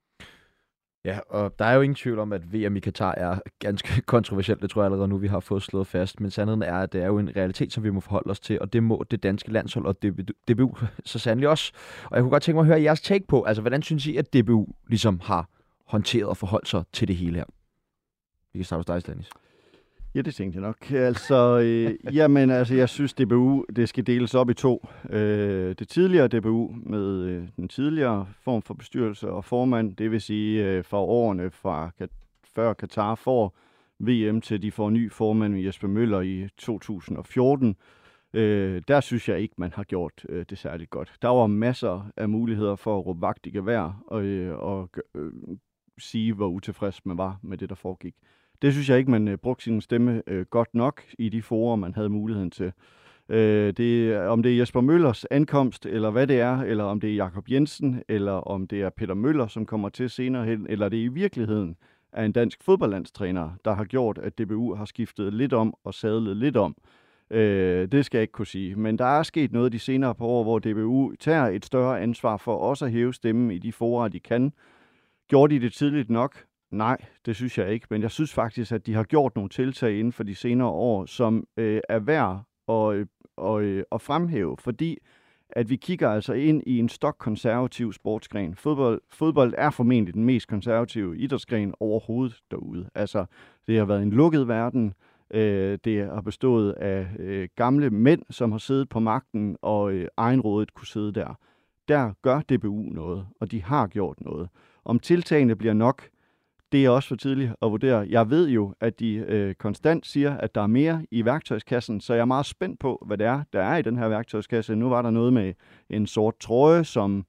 Ja, og der er jo ingen tvivl om, at V M i Katar er ganske kontroversielt. Det tror jeg allerede nu, vi har fået slået fast. Men sandheden er, at det er jo en realitet, som vi må forholde os til, og det må det danske landshold og D B U så sandelig også. Og jeg kunne godt tænke mig at høre jeres take på, altså hvordan synes I, at D B U ligesom har håndteret og forholdt sig til det hele her? Vi kan starte hos dig, Stanis. Ja, det tænkte jeg nok. Altså, øh, jamen, altså, jeg synes, D B U, det skal deles op i to. Øh, det tidligere D B U med øh, den tidligere form for bestyrelse og formand, det vil sige øh, fra årene fra før Katar får V M til de får ny formand med Jesper Møller i to tusind og fjorten. Øh, der synes jeg ikke, man har gjort øh, det særligt godt. Der var masser af muligheder for at råbe vagt i gevær og, øh, og øh, sige, hvor utilfreds man var med det, der foregik. Det synes jeg ikke, man øh, brugte sin stemme øh, godt nok i de forer, man havde muligheden til. Øh, det, om det er Jesper Møllers ankomst, eller hvad det er, eller om det er Jakob Jensen, eller om det er Peter Møller, som kommer til senere hen, eller det i virkeligheden er en dansk fodboldlandstræner, der har gjort, at D B U har skiftet lidt om og sadlet lidt om. Øh, det skal jeg ikke kunne sige. Men der er sket noget de senere par år, hvor D B U tager et større ansvar for også at hæve stemmen i de forer, de kan. Gjorde de det tidligt nok? Nej, det synes jeg ikke, men jeg synes faktisk, at de har gjort nogle tiltag inden for de senere år, som øh, er værd at, og, øh, at fremhæve, fordi at vi kigger altså ind i en stokkonservativ sportsgren. Fodbold, fodbold er formentlig den mest konservative idrætsgren overhovedet derude. Altså, det har været en lukket verden, øh, det har bestået af øh, gamle mænd, som har siddet på magten, og øh, egenrådet kunne sidde der. Der gør D B U noget, og de har gjort noget. Om tiltagene bliver nok, det er også for tidligt at vurdere. Jeg ved jo, at de øh, konstant siger, at der er mere i værktøjskassen, så jeg er meget spændt på, hvad det er, der er i den her værktøjskasse. Nu var der noget med en sort trøje, som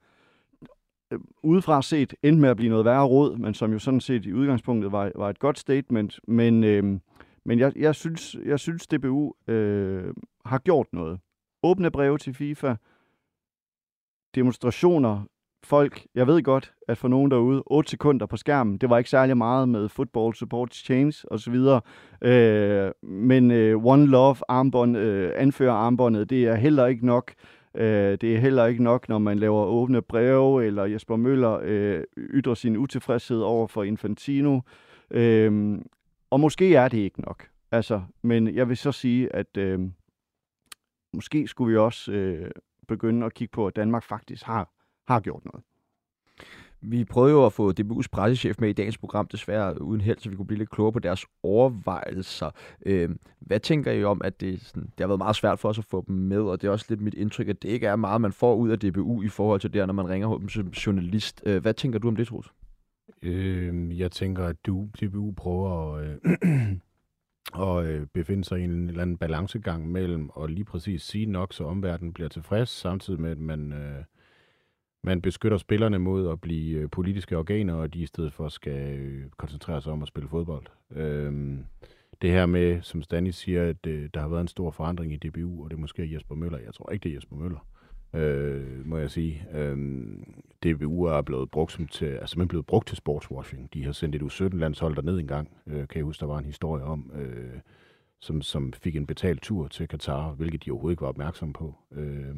øh, udefra set endte med at blive noget værre råd, men som jo sådan set i udgangspunktet var, var et godt statement. Men, øh, men jeg, jeg, synes, jeg synes, D B U øh, har gjort noget. Åbne breve til FIFA, demonstrationer, folk, jeg ved godt, at for nogen derude, otte sekunder på skærmen, det var ikke særlig meget med football support change osv., øh, men øh, One Love armbånd, øh, anfører armbåndet, det er heller ikke nok. Øh, det er heller ikke nok, når man laver åbne breve, eller Jesper Møller øh, ytrer sin utilfredshed over for Infantino. Øh, og måske er det ikke nok. Altså, men jeg vil så sige, at øh, måske skulle vi også øh, begynde at kigge på, at Danmark faktisk har har gjort noget. Vi prøvede jo at få D B U's pressechef med i dagens program, desværre uden held, så vi kunne blive lidt klogere på deres overvejelser. Øh, hvad tænker I om, at det, sådan, det har været meget svært for os at få dem med, og det er også lidt mit indtryk, at det ikke er meget, man får ud af D B U i forhold til det, når man ringer dem som journalist. Øh, hvad tænker du om det, Troels? Øh, jeg tænker, at du, D B U prøver at, øh, at øh, befinde sig i en eller anden balancegang mellem at lige præcis sige nok, så omverdenen bliver tilfreds, samtidig med, at man... Øh, man beskytter spillerne mod at blive øh, politiske organer, og de i stedet for skal øh, koncentrere sig om at spille fodbold. Øhm, det her med, som Stanis siger, at øh, der har været en stor forandring i D B U, og det er måske Jesper Møller. Jeg tror ikke, det er Jesper Møller, øh, må jeg sige. Øhm, D B U er blevet brugt som til, altså man blevet brugt til sportswashing. De har sendt et U sytten-landshold derned engang, øh, kan jeg huske, der var en historie om, øh, som, som fik en betalt tur til Katar, hvilket de overhovedet ikke var opmærksomme på. Øh,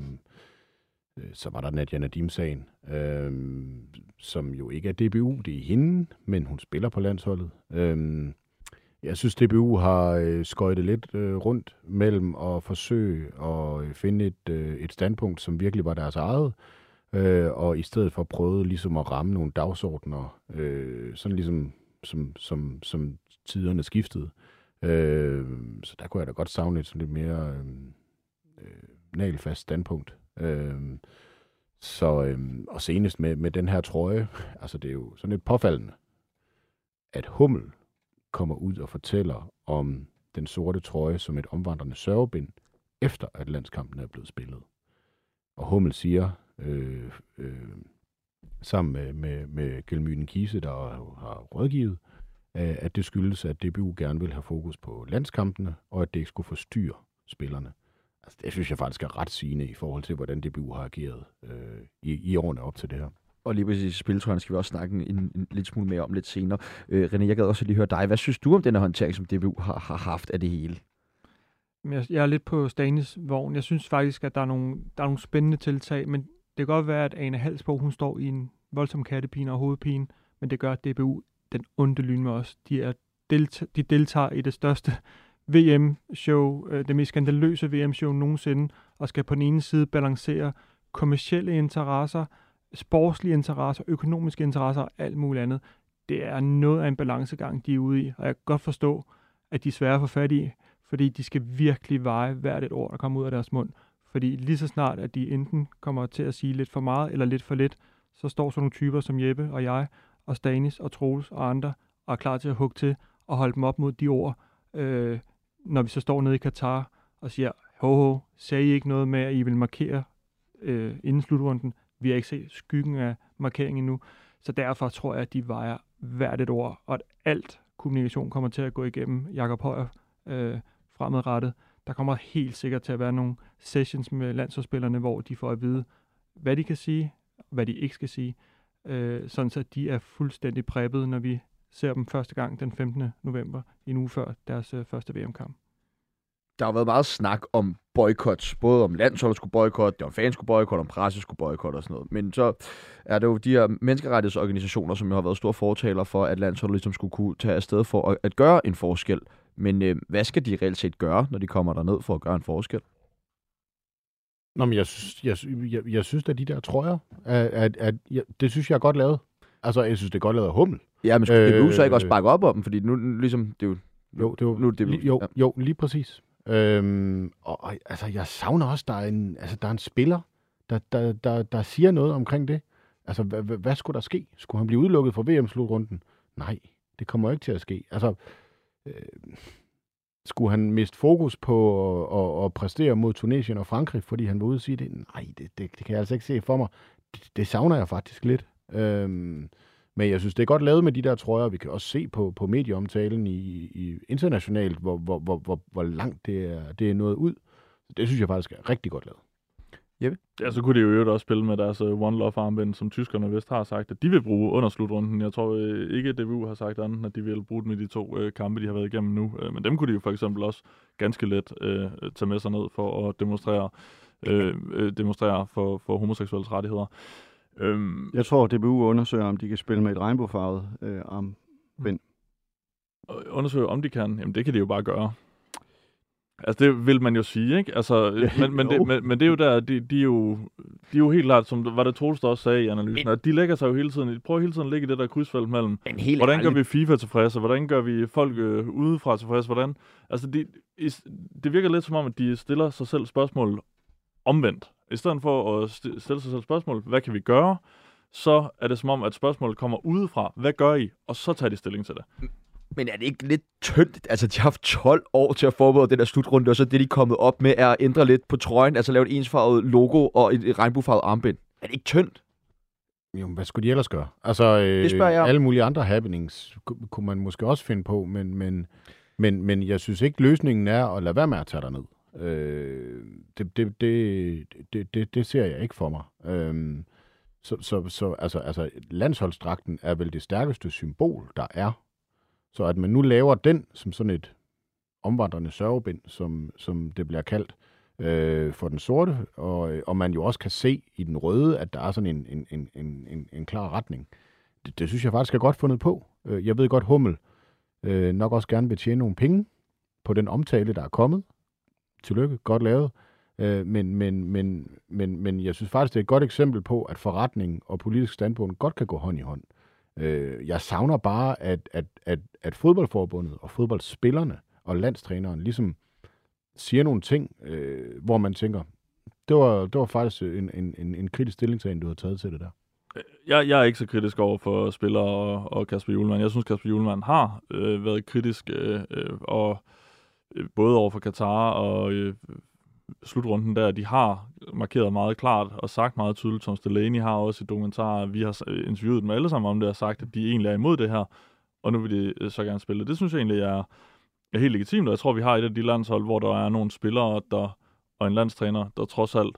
Så var der Nadia Nadim-sagen, øh, som jo ikke er D B U, det er hende, men hun spiller på landsholdet. Øh, jeg synes, D B U har øh, skøjtet lidt øh, rundt mellem at forsøge at øh, finde et, øh, et standpunkt, som virkelig var deres eget, øh, og i stedet for prøvet ligesom at ramme nogle dagsordner, øh, sådan ligesom som, som, som tiderne skiftede. Øh, så der kunne jeg da godt savne et sådan lidt mere øh, øh, nagelfast standpunkt. Øhm, så, øhm, og senest med, med den her trøje, altså det er jo sådan lidt påfaldende, at Hummel kommer ud og fortæller om den sorte trøje som et omvandrende sørgebind, efter at landskampen er blevet spillet. Og Hummel siger, øh, øh, sammen med, med, med Gelmyden Kise, der har rådgivet, øh, at det skyldes, at D B U gerne vil have fokus på landskampene, og at det ikke skulle forstyrre spillerne. Altså, det synes jeg faktisk er ret sigende i forhold til, hvordan D B U har ageret øh, i, i årene op til det her. Og lige præcis spiltrøjen skal vi også snakke en, en, en lidt smule mere om lidt senere. Øh, René, jeg gad også lige høre dig. Hvad synes du om den her håndtering, som D B U har, har haft af det hele? Jeg, jeg er lidt på Stanis vogn. Jeg synes faktisk, at der er nogle, der er nogle spændende tiltag, men det kan godt være, at Ane Halsborg, hun står i en voldsom kattepine og hovedpine, men det gør D B U den onde lyn med os. De, er delta- de deltager i det største V M-show, øh, det mest skandaløse V M-show nogensinde, og skal på den ene side balancere kommercielle interesser, sportslige interesser, økonomiske interesser og alt muligt andet. Det er noget af en balancegang, de er ude i, og jeg kan godt forstå, at de er svære at få fat i, fordi de skal virkelig veje hvert et ord, der kommer ud af deres mund. Fordi lige så snart, at de enten kommer til at sige lidt for meget eller lidt for lidt, så står sådan nogle typer som Jeppe og jeg, og Stanis og Troels og andre, og er klar til at hugge til og holde dem op mod de ord, øh, når vi så står nede i Katar og siger, ho ho, sagde I ikke noget med, at I vil markere øh, inden slutrunden? Vi har ikke set skyggen af markering endnu, så derfor tror jeg, at de vejer hvert et ord, og at alt kommunikation kommer til at gå igennem Jakob Højer øh, fremadrettet. Der kommer helt sikkert til at være nogle sessions med landsholdsspillerne, hvor de får at vide, hvad de kan sige, hvad de ikke skal sige, øh, sådan så de er fuldstændig preppet, når vi ser dem første gang den femtende november, en uge før deres øh, første V M-kamp. Der har været meget snak om boykots, både om landsholdet skulle boykotte, om fans skulle boykotte, om presse skulle boykotte og sådan noget. Men så er det jo de her menneskerettighedsorganisationer, som jo har været store fortaler for, at landsholdet ligesom skulle kunne tage afsted for at, at gøre en forskel. Men øh, hvad skal de reelt set gøre, når de kommer derned for at gøre en forskel? Nå, men jeg synes, jeg, jeg, jeg synes at de der trøjer, at, at, at, jeg, det synes jeg er godt lavet. Altså, jeg synes, det er godt lavet af Hummel. Ja, men skulle D B U så ikke også bakke op om dem? Fordi nu ligesom, det er jo... Jo, det er jo, nu, det er jo, jo, ja. jo, lige præcis. Øhm, og, og altså, jeg savner også, der er en, altså, der er en spiller, der, der, der, der siger noget omkring det. Altså, hvad, hvad, hvad skulle der ske? Skulle han blive udelukket fra V M-slutrunden? Nej, det kommer ikke til at ske. Altså, øh, skulle han miste fokus på at, at, at præstere mod Tunesien og Frankrig, fordi han var ude og sige det? Nej, det, det, det kan jeg altså ikke se for mig. Det, det savner jeg faktisk lidt. Øhm, Men jeg synes, det er godt lavet med de der trøjer. Vi kan også se på, på medieomtalen i, i internationalt, hvor, hvor, hvor, hvor, hvor langt det er, det er nået ud. Det synes jeg faktisk er rigtig godt lavet. Jeppe? Ja, så kunne de jo også spille med deres uh, One Love-armbænd, som tyskerne vist har sagt, at de vil bruge under slutrunden. Jeg tror uh, ikke, at D B U har sagt andet, at de vil bruge dem i de to uh, kampe, de har været igennem nu. Uh, men dem kunne de jo for eksempel også ganske let uh, tage med sig ned for at demonstrere, uh, demonstrere for, for homoseksuelles rettigheder. Øhm, jeg tror, at D B U undersøger, om de kan spille med et regnbuefarvet øh, armbind. Undersøge, om de kan? Jamen, det kan de jo bare gøre. Altså, det vil man jo sige, ikke? Altså, men, men, det, men, men det er jo der, de, de, er, jo, de er jo helt klart, som var det Troels, der også sagde i analysen, men, at de lægger sig jo hele tiden, de prøver hele tiden at ligge i det der krydsfelt mellem, hvordan ærligt. Gør vi FIFA tilfredse, hvordan gør vi folk øh, udefra tilfredse, hvordan? Altså, de, det virker lidt som om, at de stiller sig selv spørgsmål omvendt. I stedet for at stille sig selv spørgsmål, hvad kan vi gøre, så er det som om, at spørgsmålet kommer udefra. Hvad gør I? Og så tager de stilling til det. Men er det ikke lidt tyndt? Altså, de har haft tolv år til at forberede den der slutrunde, og så det, de er kommet op med, er at ændre lidt på trøjen, altså lave et ensfarvet logo og et regnbuefarvet armbind. Er det ikke tyndt? Jo, hvad skulle de ellers gøre? Altså, øh, alle mulige andre happenings kunne man måske også finde på, men, men, men, men jeg synes ikke, løsningen er at lade være med at tage derned. Øh, det, det, det, det, det, det ser jeg ikke for mig. Øh, så, så, så altså, altså, landsholdsdragten er vel det stærkeste symbol, der er. Så at man nu laver den som sådan et omvandrende sørgebind, som, som det bliver kaldt, øh, for den sorte, og, og man jo også kan se i den røde, at der er sådan en, en, en, en, en, en klar retning. Det, det synes jeg faktisk er godt fundet på. Jeg ved godt, Hummel øh, nok også gerne vil tjene nogle penge på den omtale, der er kommet. Tillykke, godt lavet. Øh, men, men, men, men, men jeg synes faktisk, det er et godt eksempel på, at forretning og politisk standpunkt godt kan gå hånd i hånd. Øh, jeg savner bare, at, at, at, at fodboldforbundet og fodboldspillerne og landstræneren ligesom siger nogle ting, øh, hvor man tænker, det var, det var faktisk en, en, en, en kritisk stillingtagen, du har taget til det der. Jeg, jeg er ikke så kritisk over for spillere og, og Kasper Hjulmand. Jeg synes, Kasper Hjulmand har øh, været kritisk, øh, øh, og øh, både over for Katar og øh, slutrunden der, de har markeret meget klart og sagt meget tydeligt. Tom Delaney har også i dokumentarer, vi har interviewet dem alle sammen om det, og sagt, at de egentlig er imod det her, og nu vil de så gerne spille. Det synes jeg egentlig er, er helt legitimt, og jeg tror, vi har et af de landshold, hvor der er nogle spillere der, og en landstræner, der trods alt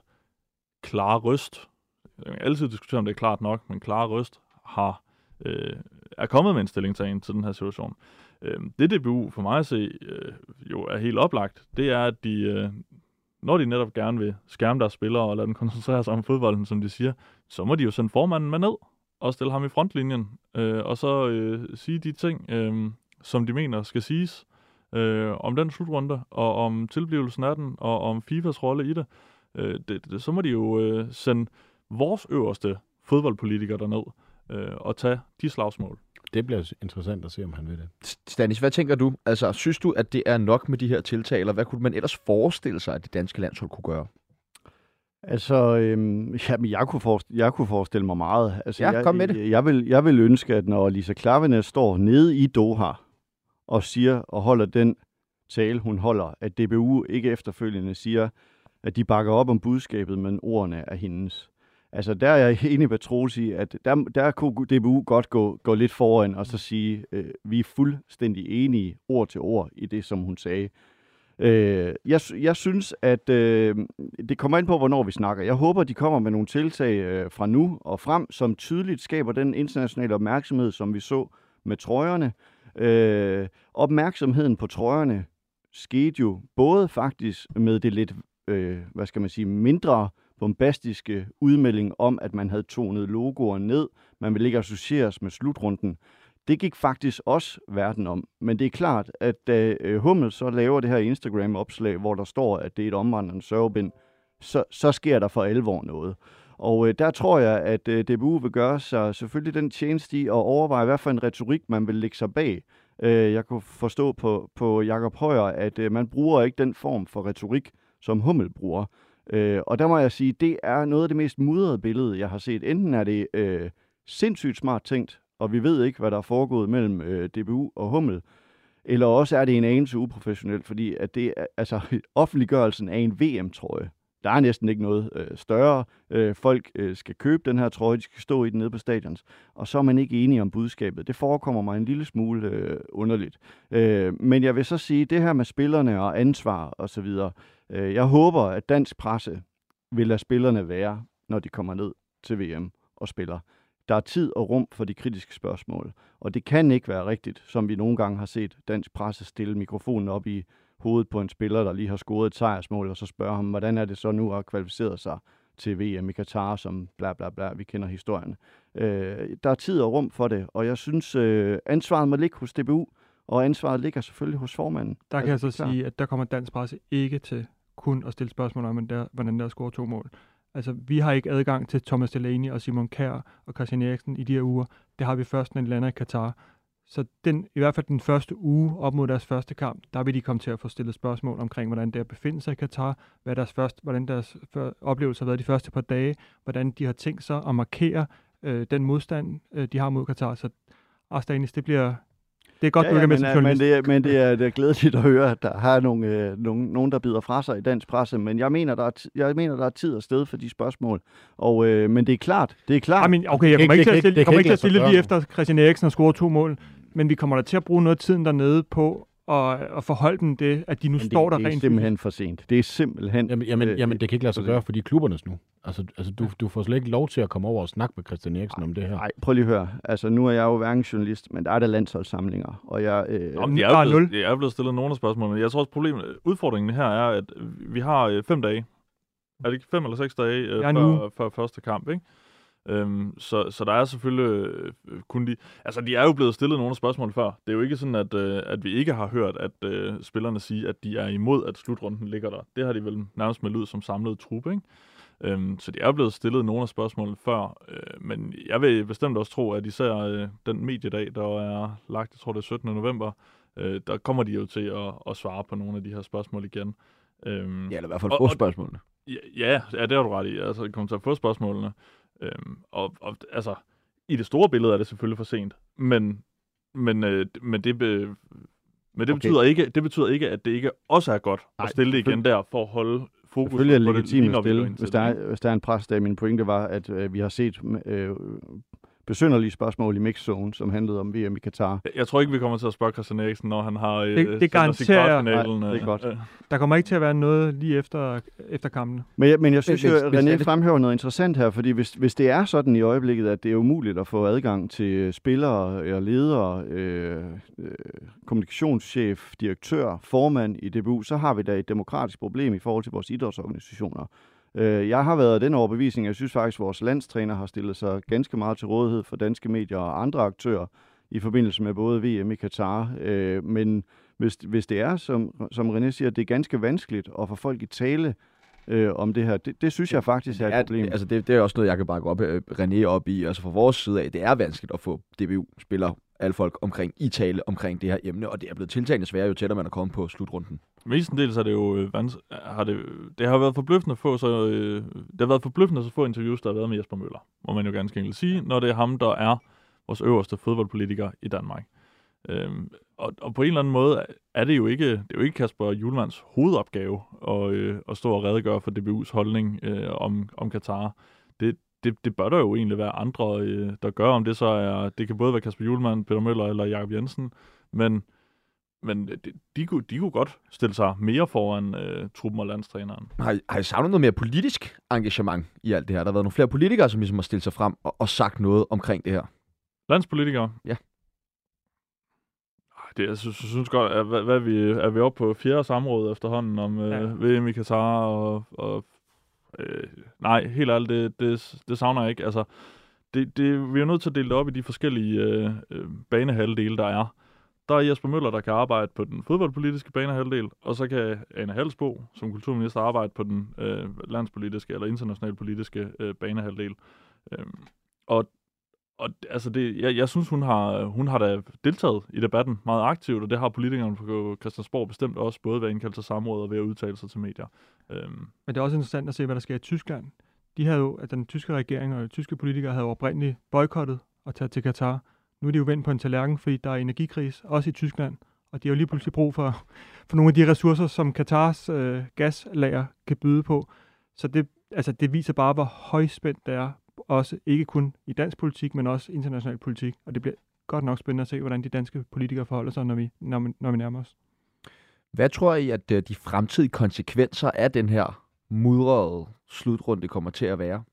klare røst, jeg kan altid diskutere, om det er klart nok, men klare røst har, øh, er kommet med en stillingtagen til den her situation. Øh, det D B U for mig at se øh, jo er helt oplagt, det er, at de, øh, når de netop gerne vil skærme deres spillere og lade dem koncentrere sig om fodbolden, som de siger, så må de jo sende formanden med ned og stille ham i frontlinjen, øh, og så øh, sige de ting, øh, som de mener skal siges øh, om den slutrunde, og om tilblivelsen af den, og om FIFAs rolle i det. Øh, det, det så må de jo øh, sende vores øverste fodboldpolitikere derned øh, og tage de slagsmål. Det bliver interessant at se, om han vil det. Stanis, hvad tænker du? Altså, synes du, at det er nok med de her tiltag, eller hvad kunne man ellers forestille sig, at det danske landshold kunne gøre? Altså, øhm, jamen, jeg, kunne forestille, jeg kunne forestille mig meget. Altså, ja, jeg, kom med det. Jeg, jeg, vil, jeg vil ønske, at når Lisa Klaveness står nede i Doha og siger og holder den tale, hun holder, at D B U ikke efterfølgende siger, at de bakker op om budskabet, men ordene er hendes. Altså, der er jeg enig med Troels i, at der, der kunne D B U godt gå, gå lidt foran og så sige, øh, vi er fuldstændig enige ord til ord i det, som hun sagde. Øh, jeg, jeg synes, at øh, det kommer ind på, hvornår vi snakker. Jeg håber, de kommer med nogle tiltag øh, fra nu og frem, som tydeligt skaber den internationale opmærksomhed, som vi så med trøjerne. Øh, opmærksomheden på trøjerne skete jo både faktisk med det lidt, øh, hvad skal man sige, mindre bombastiske udmelding om, at man havde tonet logoer ned. Man ville ikke associeres med slutrunden. Det gik faktisk også verden om. Men det er klart, at da Hummel så laver det her Instagram-opslag, hvor der står, at det er et omvandrende sørgebind, så, så sker der for alvor noget. Og øh, der tror jeg, at øh, D B U vil gøre sig selvfølgelig den tjeneste i at overveje, hvad for en retorik man vil lægge sig bag. Øh, jeg kunne forstå på, på Jakob Højer, at øh, man bruger ikke den form for retorik, som Hummel bruger. Øh, og der må jeg sige, det er noget af det mest mudrede billede, jeg har set. Enten er det øh, sindssygt smart tænkt, og vi ved ikke, hvad der er foregået mellem øh, D B U og Hummel, eller også er det en anelse uprofessionelt, fordi at det er, altså, offentliggørelsen af en V M-trøje. Der er næsten ikke noget øh, større. Øh, folk øh, skal købe den her trøje, de skal stå i den nede på stadions, og så er man ikke enige om budskabet. Det forekommer mig en lille smule øh, underligt. Øh, men jeg vil så sige, det her med spillerne og ansvar osv., øh, jeg håber, at dansk presse vil lade spillerne være, når de kommer ned til V M og spiller. Der er tid og rum for de kritiske spørgsmål, og det kan ikke være rigtigt, som vi nogle gange har set dansk presse stille mikrofonen op i hovedet på en spiller, der lige har scoret et sejrsmål, og så spørger ham, hvordan er det så nu at kvalificere sig til V M i Katar, som bla bla bla, vi kender historien. Øh, der er tid og rum for det, og jeg synes, øh, ansvaret må ligge hos D B U, og ansvaret ligger selvfølgelig hos formanden. Der kan altså, jeg så sige, at der kommer dansk presse ikke til kun at stille spørgsmål om, hvordan der scorer to mål. Altså, vi har ikke adgang til Thomas Delaney og Simon Kjær og Christian Eriksen i de her uger. Det har vi først, når de lander i Katar. Så den, i hvert fald den første uge op mod deres første kamp, der vil de komme til at få stillet spørgsmål omkring, hvordan det er at befinde sig i Katar, hvad deres første, hvordan deres oplevelser har været de første par dage, hvordan de har tænkt sig at markere øh, den modstand, øh, de har mod Katar. Så Astanis, det bliver, Det er godt, ja, du ikke er med men, som men, journalist. det er, men det er, det er glædeligt at høre, at der har nogle, øh, nogen, nogen, der bider fra sig i dansk presse. Men jeg mener, der er, t- jeg mener, der er tid og sted for de spørgsmål. Og, øh, men det er klart, det er klart. I mean, okay, jeg Det kommer kan ikke til at ikke- stille, det kan kommer ikke ikke til at lade sig stille lige gøre. efter Christian Eriksen har scoret to mål, men vi kommer da til at bruge noget af tiden dernede på at, at forholde dem det, at de nu Men står det, der det er rent simpelthen for sent. Det er simpelthen... Jamen, jamen, øh, jamen det kan ikke lade sig for gøre, fordi klubbernes nu. Altså, altså du, du får slet ikke lov til at komme over og snakke med Christian Eriksen om det her. Nej, prøv lige at høre. Altså, nu er jeg jo hverken journalist, men der er der landsholdssamlinger. Og jeg... Øh, Nå, men de der er, er jo blevet, nul. de er blevet stillet nogle af spørgsmålene. Jeg tror også, problemet, udfordringen her er, at vi har øh, fem dage. Er det ikke fem eller seks dage øh, Ja, en før, uge. før første kamp, ikke? Øhm, så, så der er selvfølgelig øh, kun de... Altså, de er jo blevet stillet nogle af spørgsmål før. Det er jo ikke sådan, at, øh, at vi ikke har hørt, at øh, spillerne sige, at de er imod, at slutrunden ligger der. Det har de vel nærmest meldt ud som samlet truppe, ikke? Øhm, så de er blevet stillet nogle af spørgsmålene før. Øh, men jeg vil bestemt også tro, at især øh, den mediedag, der er lagt, jeg tror det er syttende november, øh, der kommer de jo til at, at svare på nogle af de her spørgsmål igen. Øhm, Ja, eller i hvert fald og- få og- spørgsmålene. Ja, ja, ja, det har du ret i. Altså, det kommer til at få spørgsmålene. Øhm, og, og altså, i det store billede er det selvfølgelig for sent. Men, men, øh, men det, be, men det, Okay. betyder ikke, det betyder ikke, at det ikke også er godt Nej, at stille det igen selvfølgelig- der, for at holde fokus Selvfølgelig er det på legitimt lige at når vi går stille, ind til hvis det, der, ikke? er, hvis der er en pressedag. Min pointe var, at øh, vi har set øh, besynderlige spørgsmål i mixzone, som handlede om V M i Katar. Jeg- Jeg tror ikke, vi kommer til at spørge Christian Eriksen, når han har øh, Det- det sendt os i garanterer jeg. kvartfinalen, Nej, det er øh, godt. øh. Der kommer ikke til at være noget lige efter, efter kampene. Men jeg, men jeg synes Men jo, hvis- at hvis René er det- fremhæver noget interessant her, fordi hvis, hvis det er sådan i øjeblikket, at det er umuligt at få adgang til spillere og ledere, øh, øh, kommunikationschef, direktør, formand i D B U, så har vi da et demokratisk problem i forhold til vores idrætsorganisationer. Øh, Jeg har været af den overbevisning, jeg synes faktisk, at vores landstræner har stillet sig ganske meget til rådighed for danske medier og andre aktører i forbindelse med både V M i Katar. Øh, Men hvis, hvis det er, som, som René siger, det er ganske vanskeligt at få folk i tale øh, om det her, det, det synes jeg faktisk er et Ja, problem. altså det, det er også noget, jeg kan bakke op, øh, René op i. Altså fra vores side af, det er vanskeligt at få D B U-spillere, alle folk omkring i tale omkring det her emne, og det er blevet tiltagende sværere, jo tættere man er kommet på slutrunden. Mestendels er det jo øh, vans- har det, det har været forbløffende at få så øh, det har været forbløffende så få interviews, der har været med Jesper Møller, må man jo ganske enkelt sige, når det er ham, der er vores øverste fodboldpolitiker i Danmark. Øhm, og, og på en eller anden måde er det jo ikke, det er jo ikke Kasper Hjulmands hovedopgave at, øh, at stå og redegøre for D B U's holdning øh, om, om Katar. Det, det, det bør der jo egentlig være andre, øh, der gør, om det så er, det kan både være Kasper Hjulmand, Peter Møller eller Jakob Jensen, men Men de, de, kunne, de kunne godt stille sig mere foran øh, truppen og landstræneren. Har I, har I savnet noget mere politisk engagement i alt det her? Der har været nogle flere politikere, som ligesom har stillet sig frem og, og sagt noget omkring det her. Landspolitikere? Ja. Ej, Det, jeg synes, jeg synes godt, at, hvad, hvad er, vi, er vi oppe på fjerde samråd efterhånden om øh, Ja. V M i Katar? Og, og, øh, nej, helt ærligt, det, det, det savner jeg ikke. Altså, det, det, vi er nødt til at dele det op i de forskellige øh, øh, banehalvdele, der er. Der er Jesper Møller, der kan arbejde på den fodboldpolitiske banehalvdel, og så kan Ane Halsbo som kulturminister arbejde på den øh, landspolitiske eller internationalpolitiske øh, banehalvdel. Øhm, og og altså det, jeg, jeg synes, hun har, hun har da deltaget i debatten meget aktivt, og det har politikerne på Christiansborg bestemt også, både ved at indkalde til samråd og ved at udtale sig til medier. Øhm, Men det er også interessant at se, hvad der sker i Tyskland. De havde jo, at den tyske regering og de tyske politikere havde jo oprindeligt boykottet og taget til Katar. Nu er de jo vendt på en tallerken, fordi der er energikris, også i Tyskland. Og de har jo lige pludselig brug for, for nogle af de ressourcer, som Katars øh, gaslager kan byde på. Så det, altså, det viser bare, hvor højspændt det er. Også ikke kun i dansk politik, men også international politik. Og det bliver godt nok spændende at se, hvordan de danske politikere forholder sig, når vi, når vi, når vi nærmer os. Hvad tror I, at de fremtidige konsekvenser af den her mudrede slutrunde kommer til at være?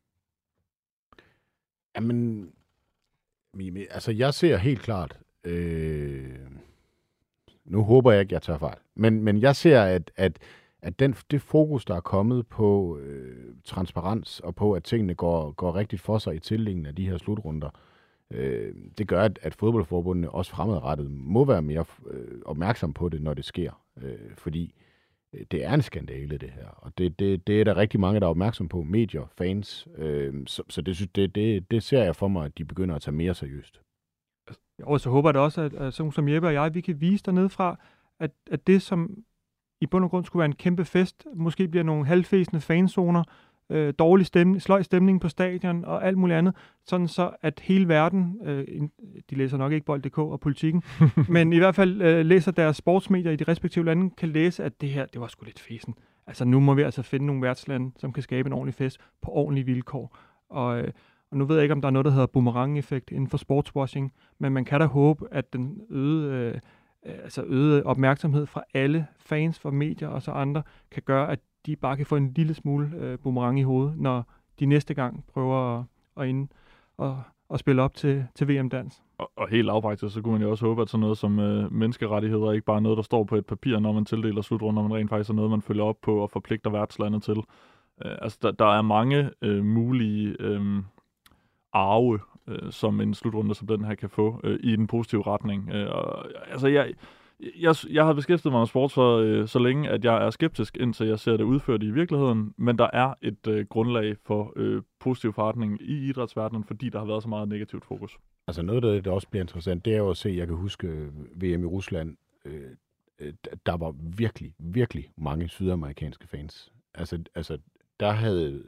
Jamen, altså jeg ser helt klart, øh, nu håber jeg ikke, jeg tager fejl, men, men jeg ser, at, at, at den, det fokus, der er kommet på øh, transparens og på, at tingene går, går rigtigt for sig i tildelingen af de her slutrunder, øh, det gør, at, at fodboldforbundene også fremadrettet må være mere øh, opmærksom på det, når det sker, øh, fordi det er en skandale, det her, og det, det, det er der rigtig mange, der er opmærksom på, medier, fans, øh, så, så det, synes, det, det, det ser jeg for mig, at de begynder at tage mere seriøst. Og så håber jeg da også, at, at sådan som Jeppe og jeg, vi kan vise dernede fra, at, at det, som i bund og grund skulle være en kæmpe fest, måske bliver nogle halvfæsende fanzoner, øh, dårlig stemning, sløj stemning på stadion og alt muligt andet, sådan så at hele verden, øh, de læser nok ikke Bold punktum d k og Politikken, men i hvert fald øh, læser deres sportsmedier i de respektive lande, kan læse, at det her, det var sgu lidt fesen. Altså nu må vi altså finde nogle værtslande, som kan skabe en ordentlig fest på ordentlige vilkår. Og, øh, og nu ved jeg ikke, om der er noget, der hedder boomerang-effekt inden for sportswashing, men man kan da håbe, at den øgede, øh, altså øgede opmærksomhed fra alle fans, fra medier og så andre, kan gøre, at de bare kan få en lille smule øh, boomerang i hovedet, når de næste gang prøver at, at, ind, at, at spille op til, til V M-dans. Og, og helt lavpraktisk, så kunne man jo også håbe, at sådan noget som øh, menneskerettigheder ikke bare er noget, der står på et papir, når man tildeler slutrunder, men rent faktisk er noget, man følger op på og forpligter værtslandet til. Øh, altså, der, der er mange øh, mulige øh, arve, øh, som en slutrunde som den her kan få øh, i den positive retning. Øh, og, altså, jeg... Jeg, jeg har beskæftiget mig med sport så, øh, så længe, at jeg er skeptisk, indtil jeg ser det udført i virkeligheden. Men der er et øh, grundlag for øh, positiv forretning i idrætsverdenen, fordi der har været så meget negativt fokus. Altså noget af det, der også bliver interessant, det er jo at se, jeg kan huske V M i Rusland, øh, der var virkelig, virkelig mange sydamerikanske fans. Altså, altså der havde,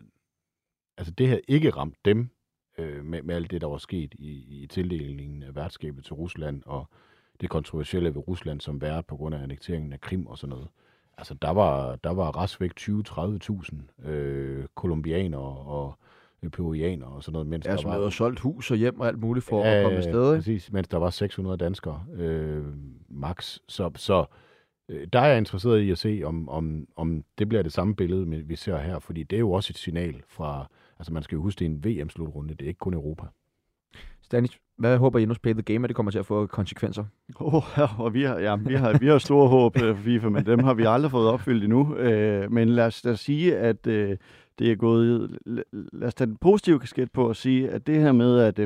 altså det havde ikke ramt dem øh, med, med alt det, der var sket i, i tildelingen af værtskabet til Rusland, og det kontroversielle ved Rusland som vært på grund af annekteringen af Krim og sådan noget. Altså, der var, der var restvæk tyve til tredive tusind øh, kolumbianere og peruvianere og sådan noget. Mens Ja, der som var, havde solgt hus og hjem og alt muligt for ja, at komme afsted. Præcis, mens der var seks hundrede danskere øh, max. Så, så øh, der er jeg interesseret i at se, om, om, om det bliver det samme billede, vi ser her, fordi det er jo også et signal fra, altså man skal jo huske, det er en V M-slutrunde, det er ikke kun Europa. Stanis, hvad håber I nu Play the Game, at det kommer til at få konsekvenser? Oh, ja, og vi har, ja, vi har, vi har store håb for FIFA, men dem har vi aldrig fået opfyldt endnu. Øh, men lad os da sige, at øh, det er gået... Lad os tage den positive kasket på at sige, at det her med, at øh,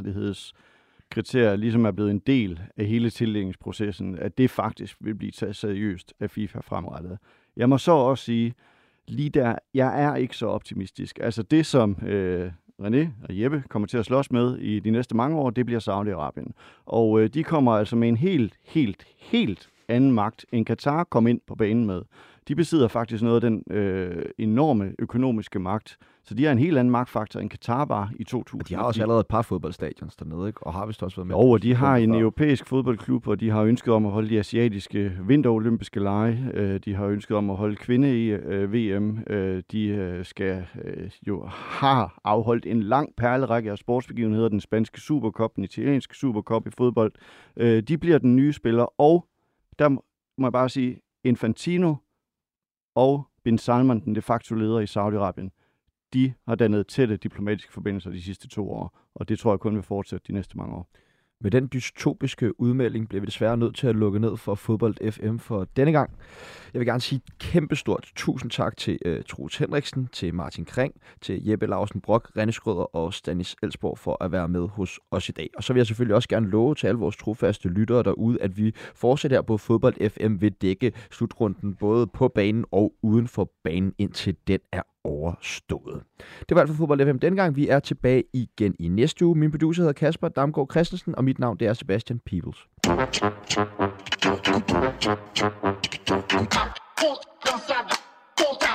menneskerettighedskriterier ligesom er blevet en del af hele tildelingsprocessen, at det faktisk vil blive taget seriøst af FIFA fremrettet. Jeg må så også sige, lige der, jeg er ikke så optimistisk. Altså det, som... Øh, René og Jeppe kommer til at slås med i de næste mange år, det bliver Saudi-Arabien. Og øh, de kommer altså med en helt, helt, helt anden magt, end Katar kom ind på banen med. De besidder faktisk noget af den øh, enorme økonomiske magt, så de har en helt anden magtfaktor, end Katar var i to tusind. De har også allerede et par fodboldstadions dernede, ikke? Og har vist også været med. Jo, og de har en europæisk fodboldklub, og de har ønsket om at holde de asiatiske vinterolympiske lege. De har ønsket om at holde kvinde i V M. De skal jo har afholdt en lang perlerække af sportsbegivenheder, den spanske Supercup, den italienske Supercup i fodbold. De bliver den nye spiller, og der må jeg bare sige, Infantino og Bin Salman, den de facto leder i Saudi-Arabien, de har dannet tætte diplomatiske forbindelser de sidste to år, og det tror jeg kun vil fortsætte de næste mange år. Med den dystopiske udmelding bliver vi desværre nødt til at lukke ned for Fodbold F M for denne gang. Jeg vil gerne sige kæmpestort tusind tak til uh, Troels Henriksen, til Martin Kring, til Jeppe Larsen Brock, René Schrøder og Stanis Elsborg for at være med hos os i dag. Og så vil jeg selvfølgelig også gerne love til alle vores trofaste lyttere derude, at vi fortsat her på Fodbold F M vil dække slutrunden både på banen og uden for banen, indtil den er overstået. Det var alt for Fodbold F M denne gang. Vi er tilbage igen i næste uge. Min producer hedder Kasper Damgaard Christensen, og mit navn det er Sebastian Peebles. Pull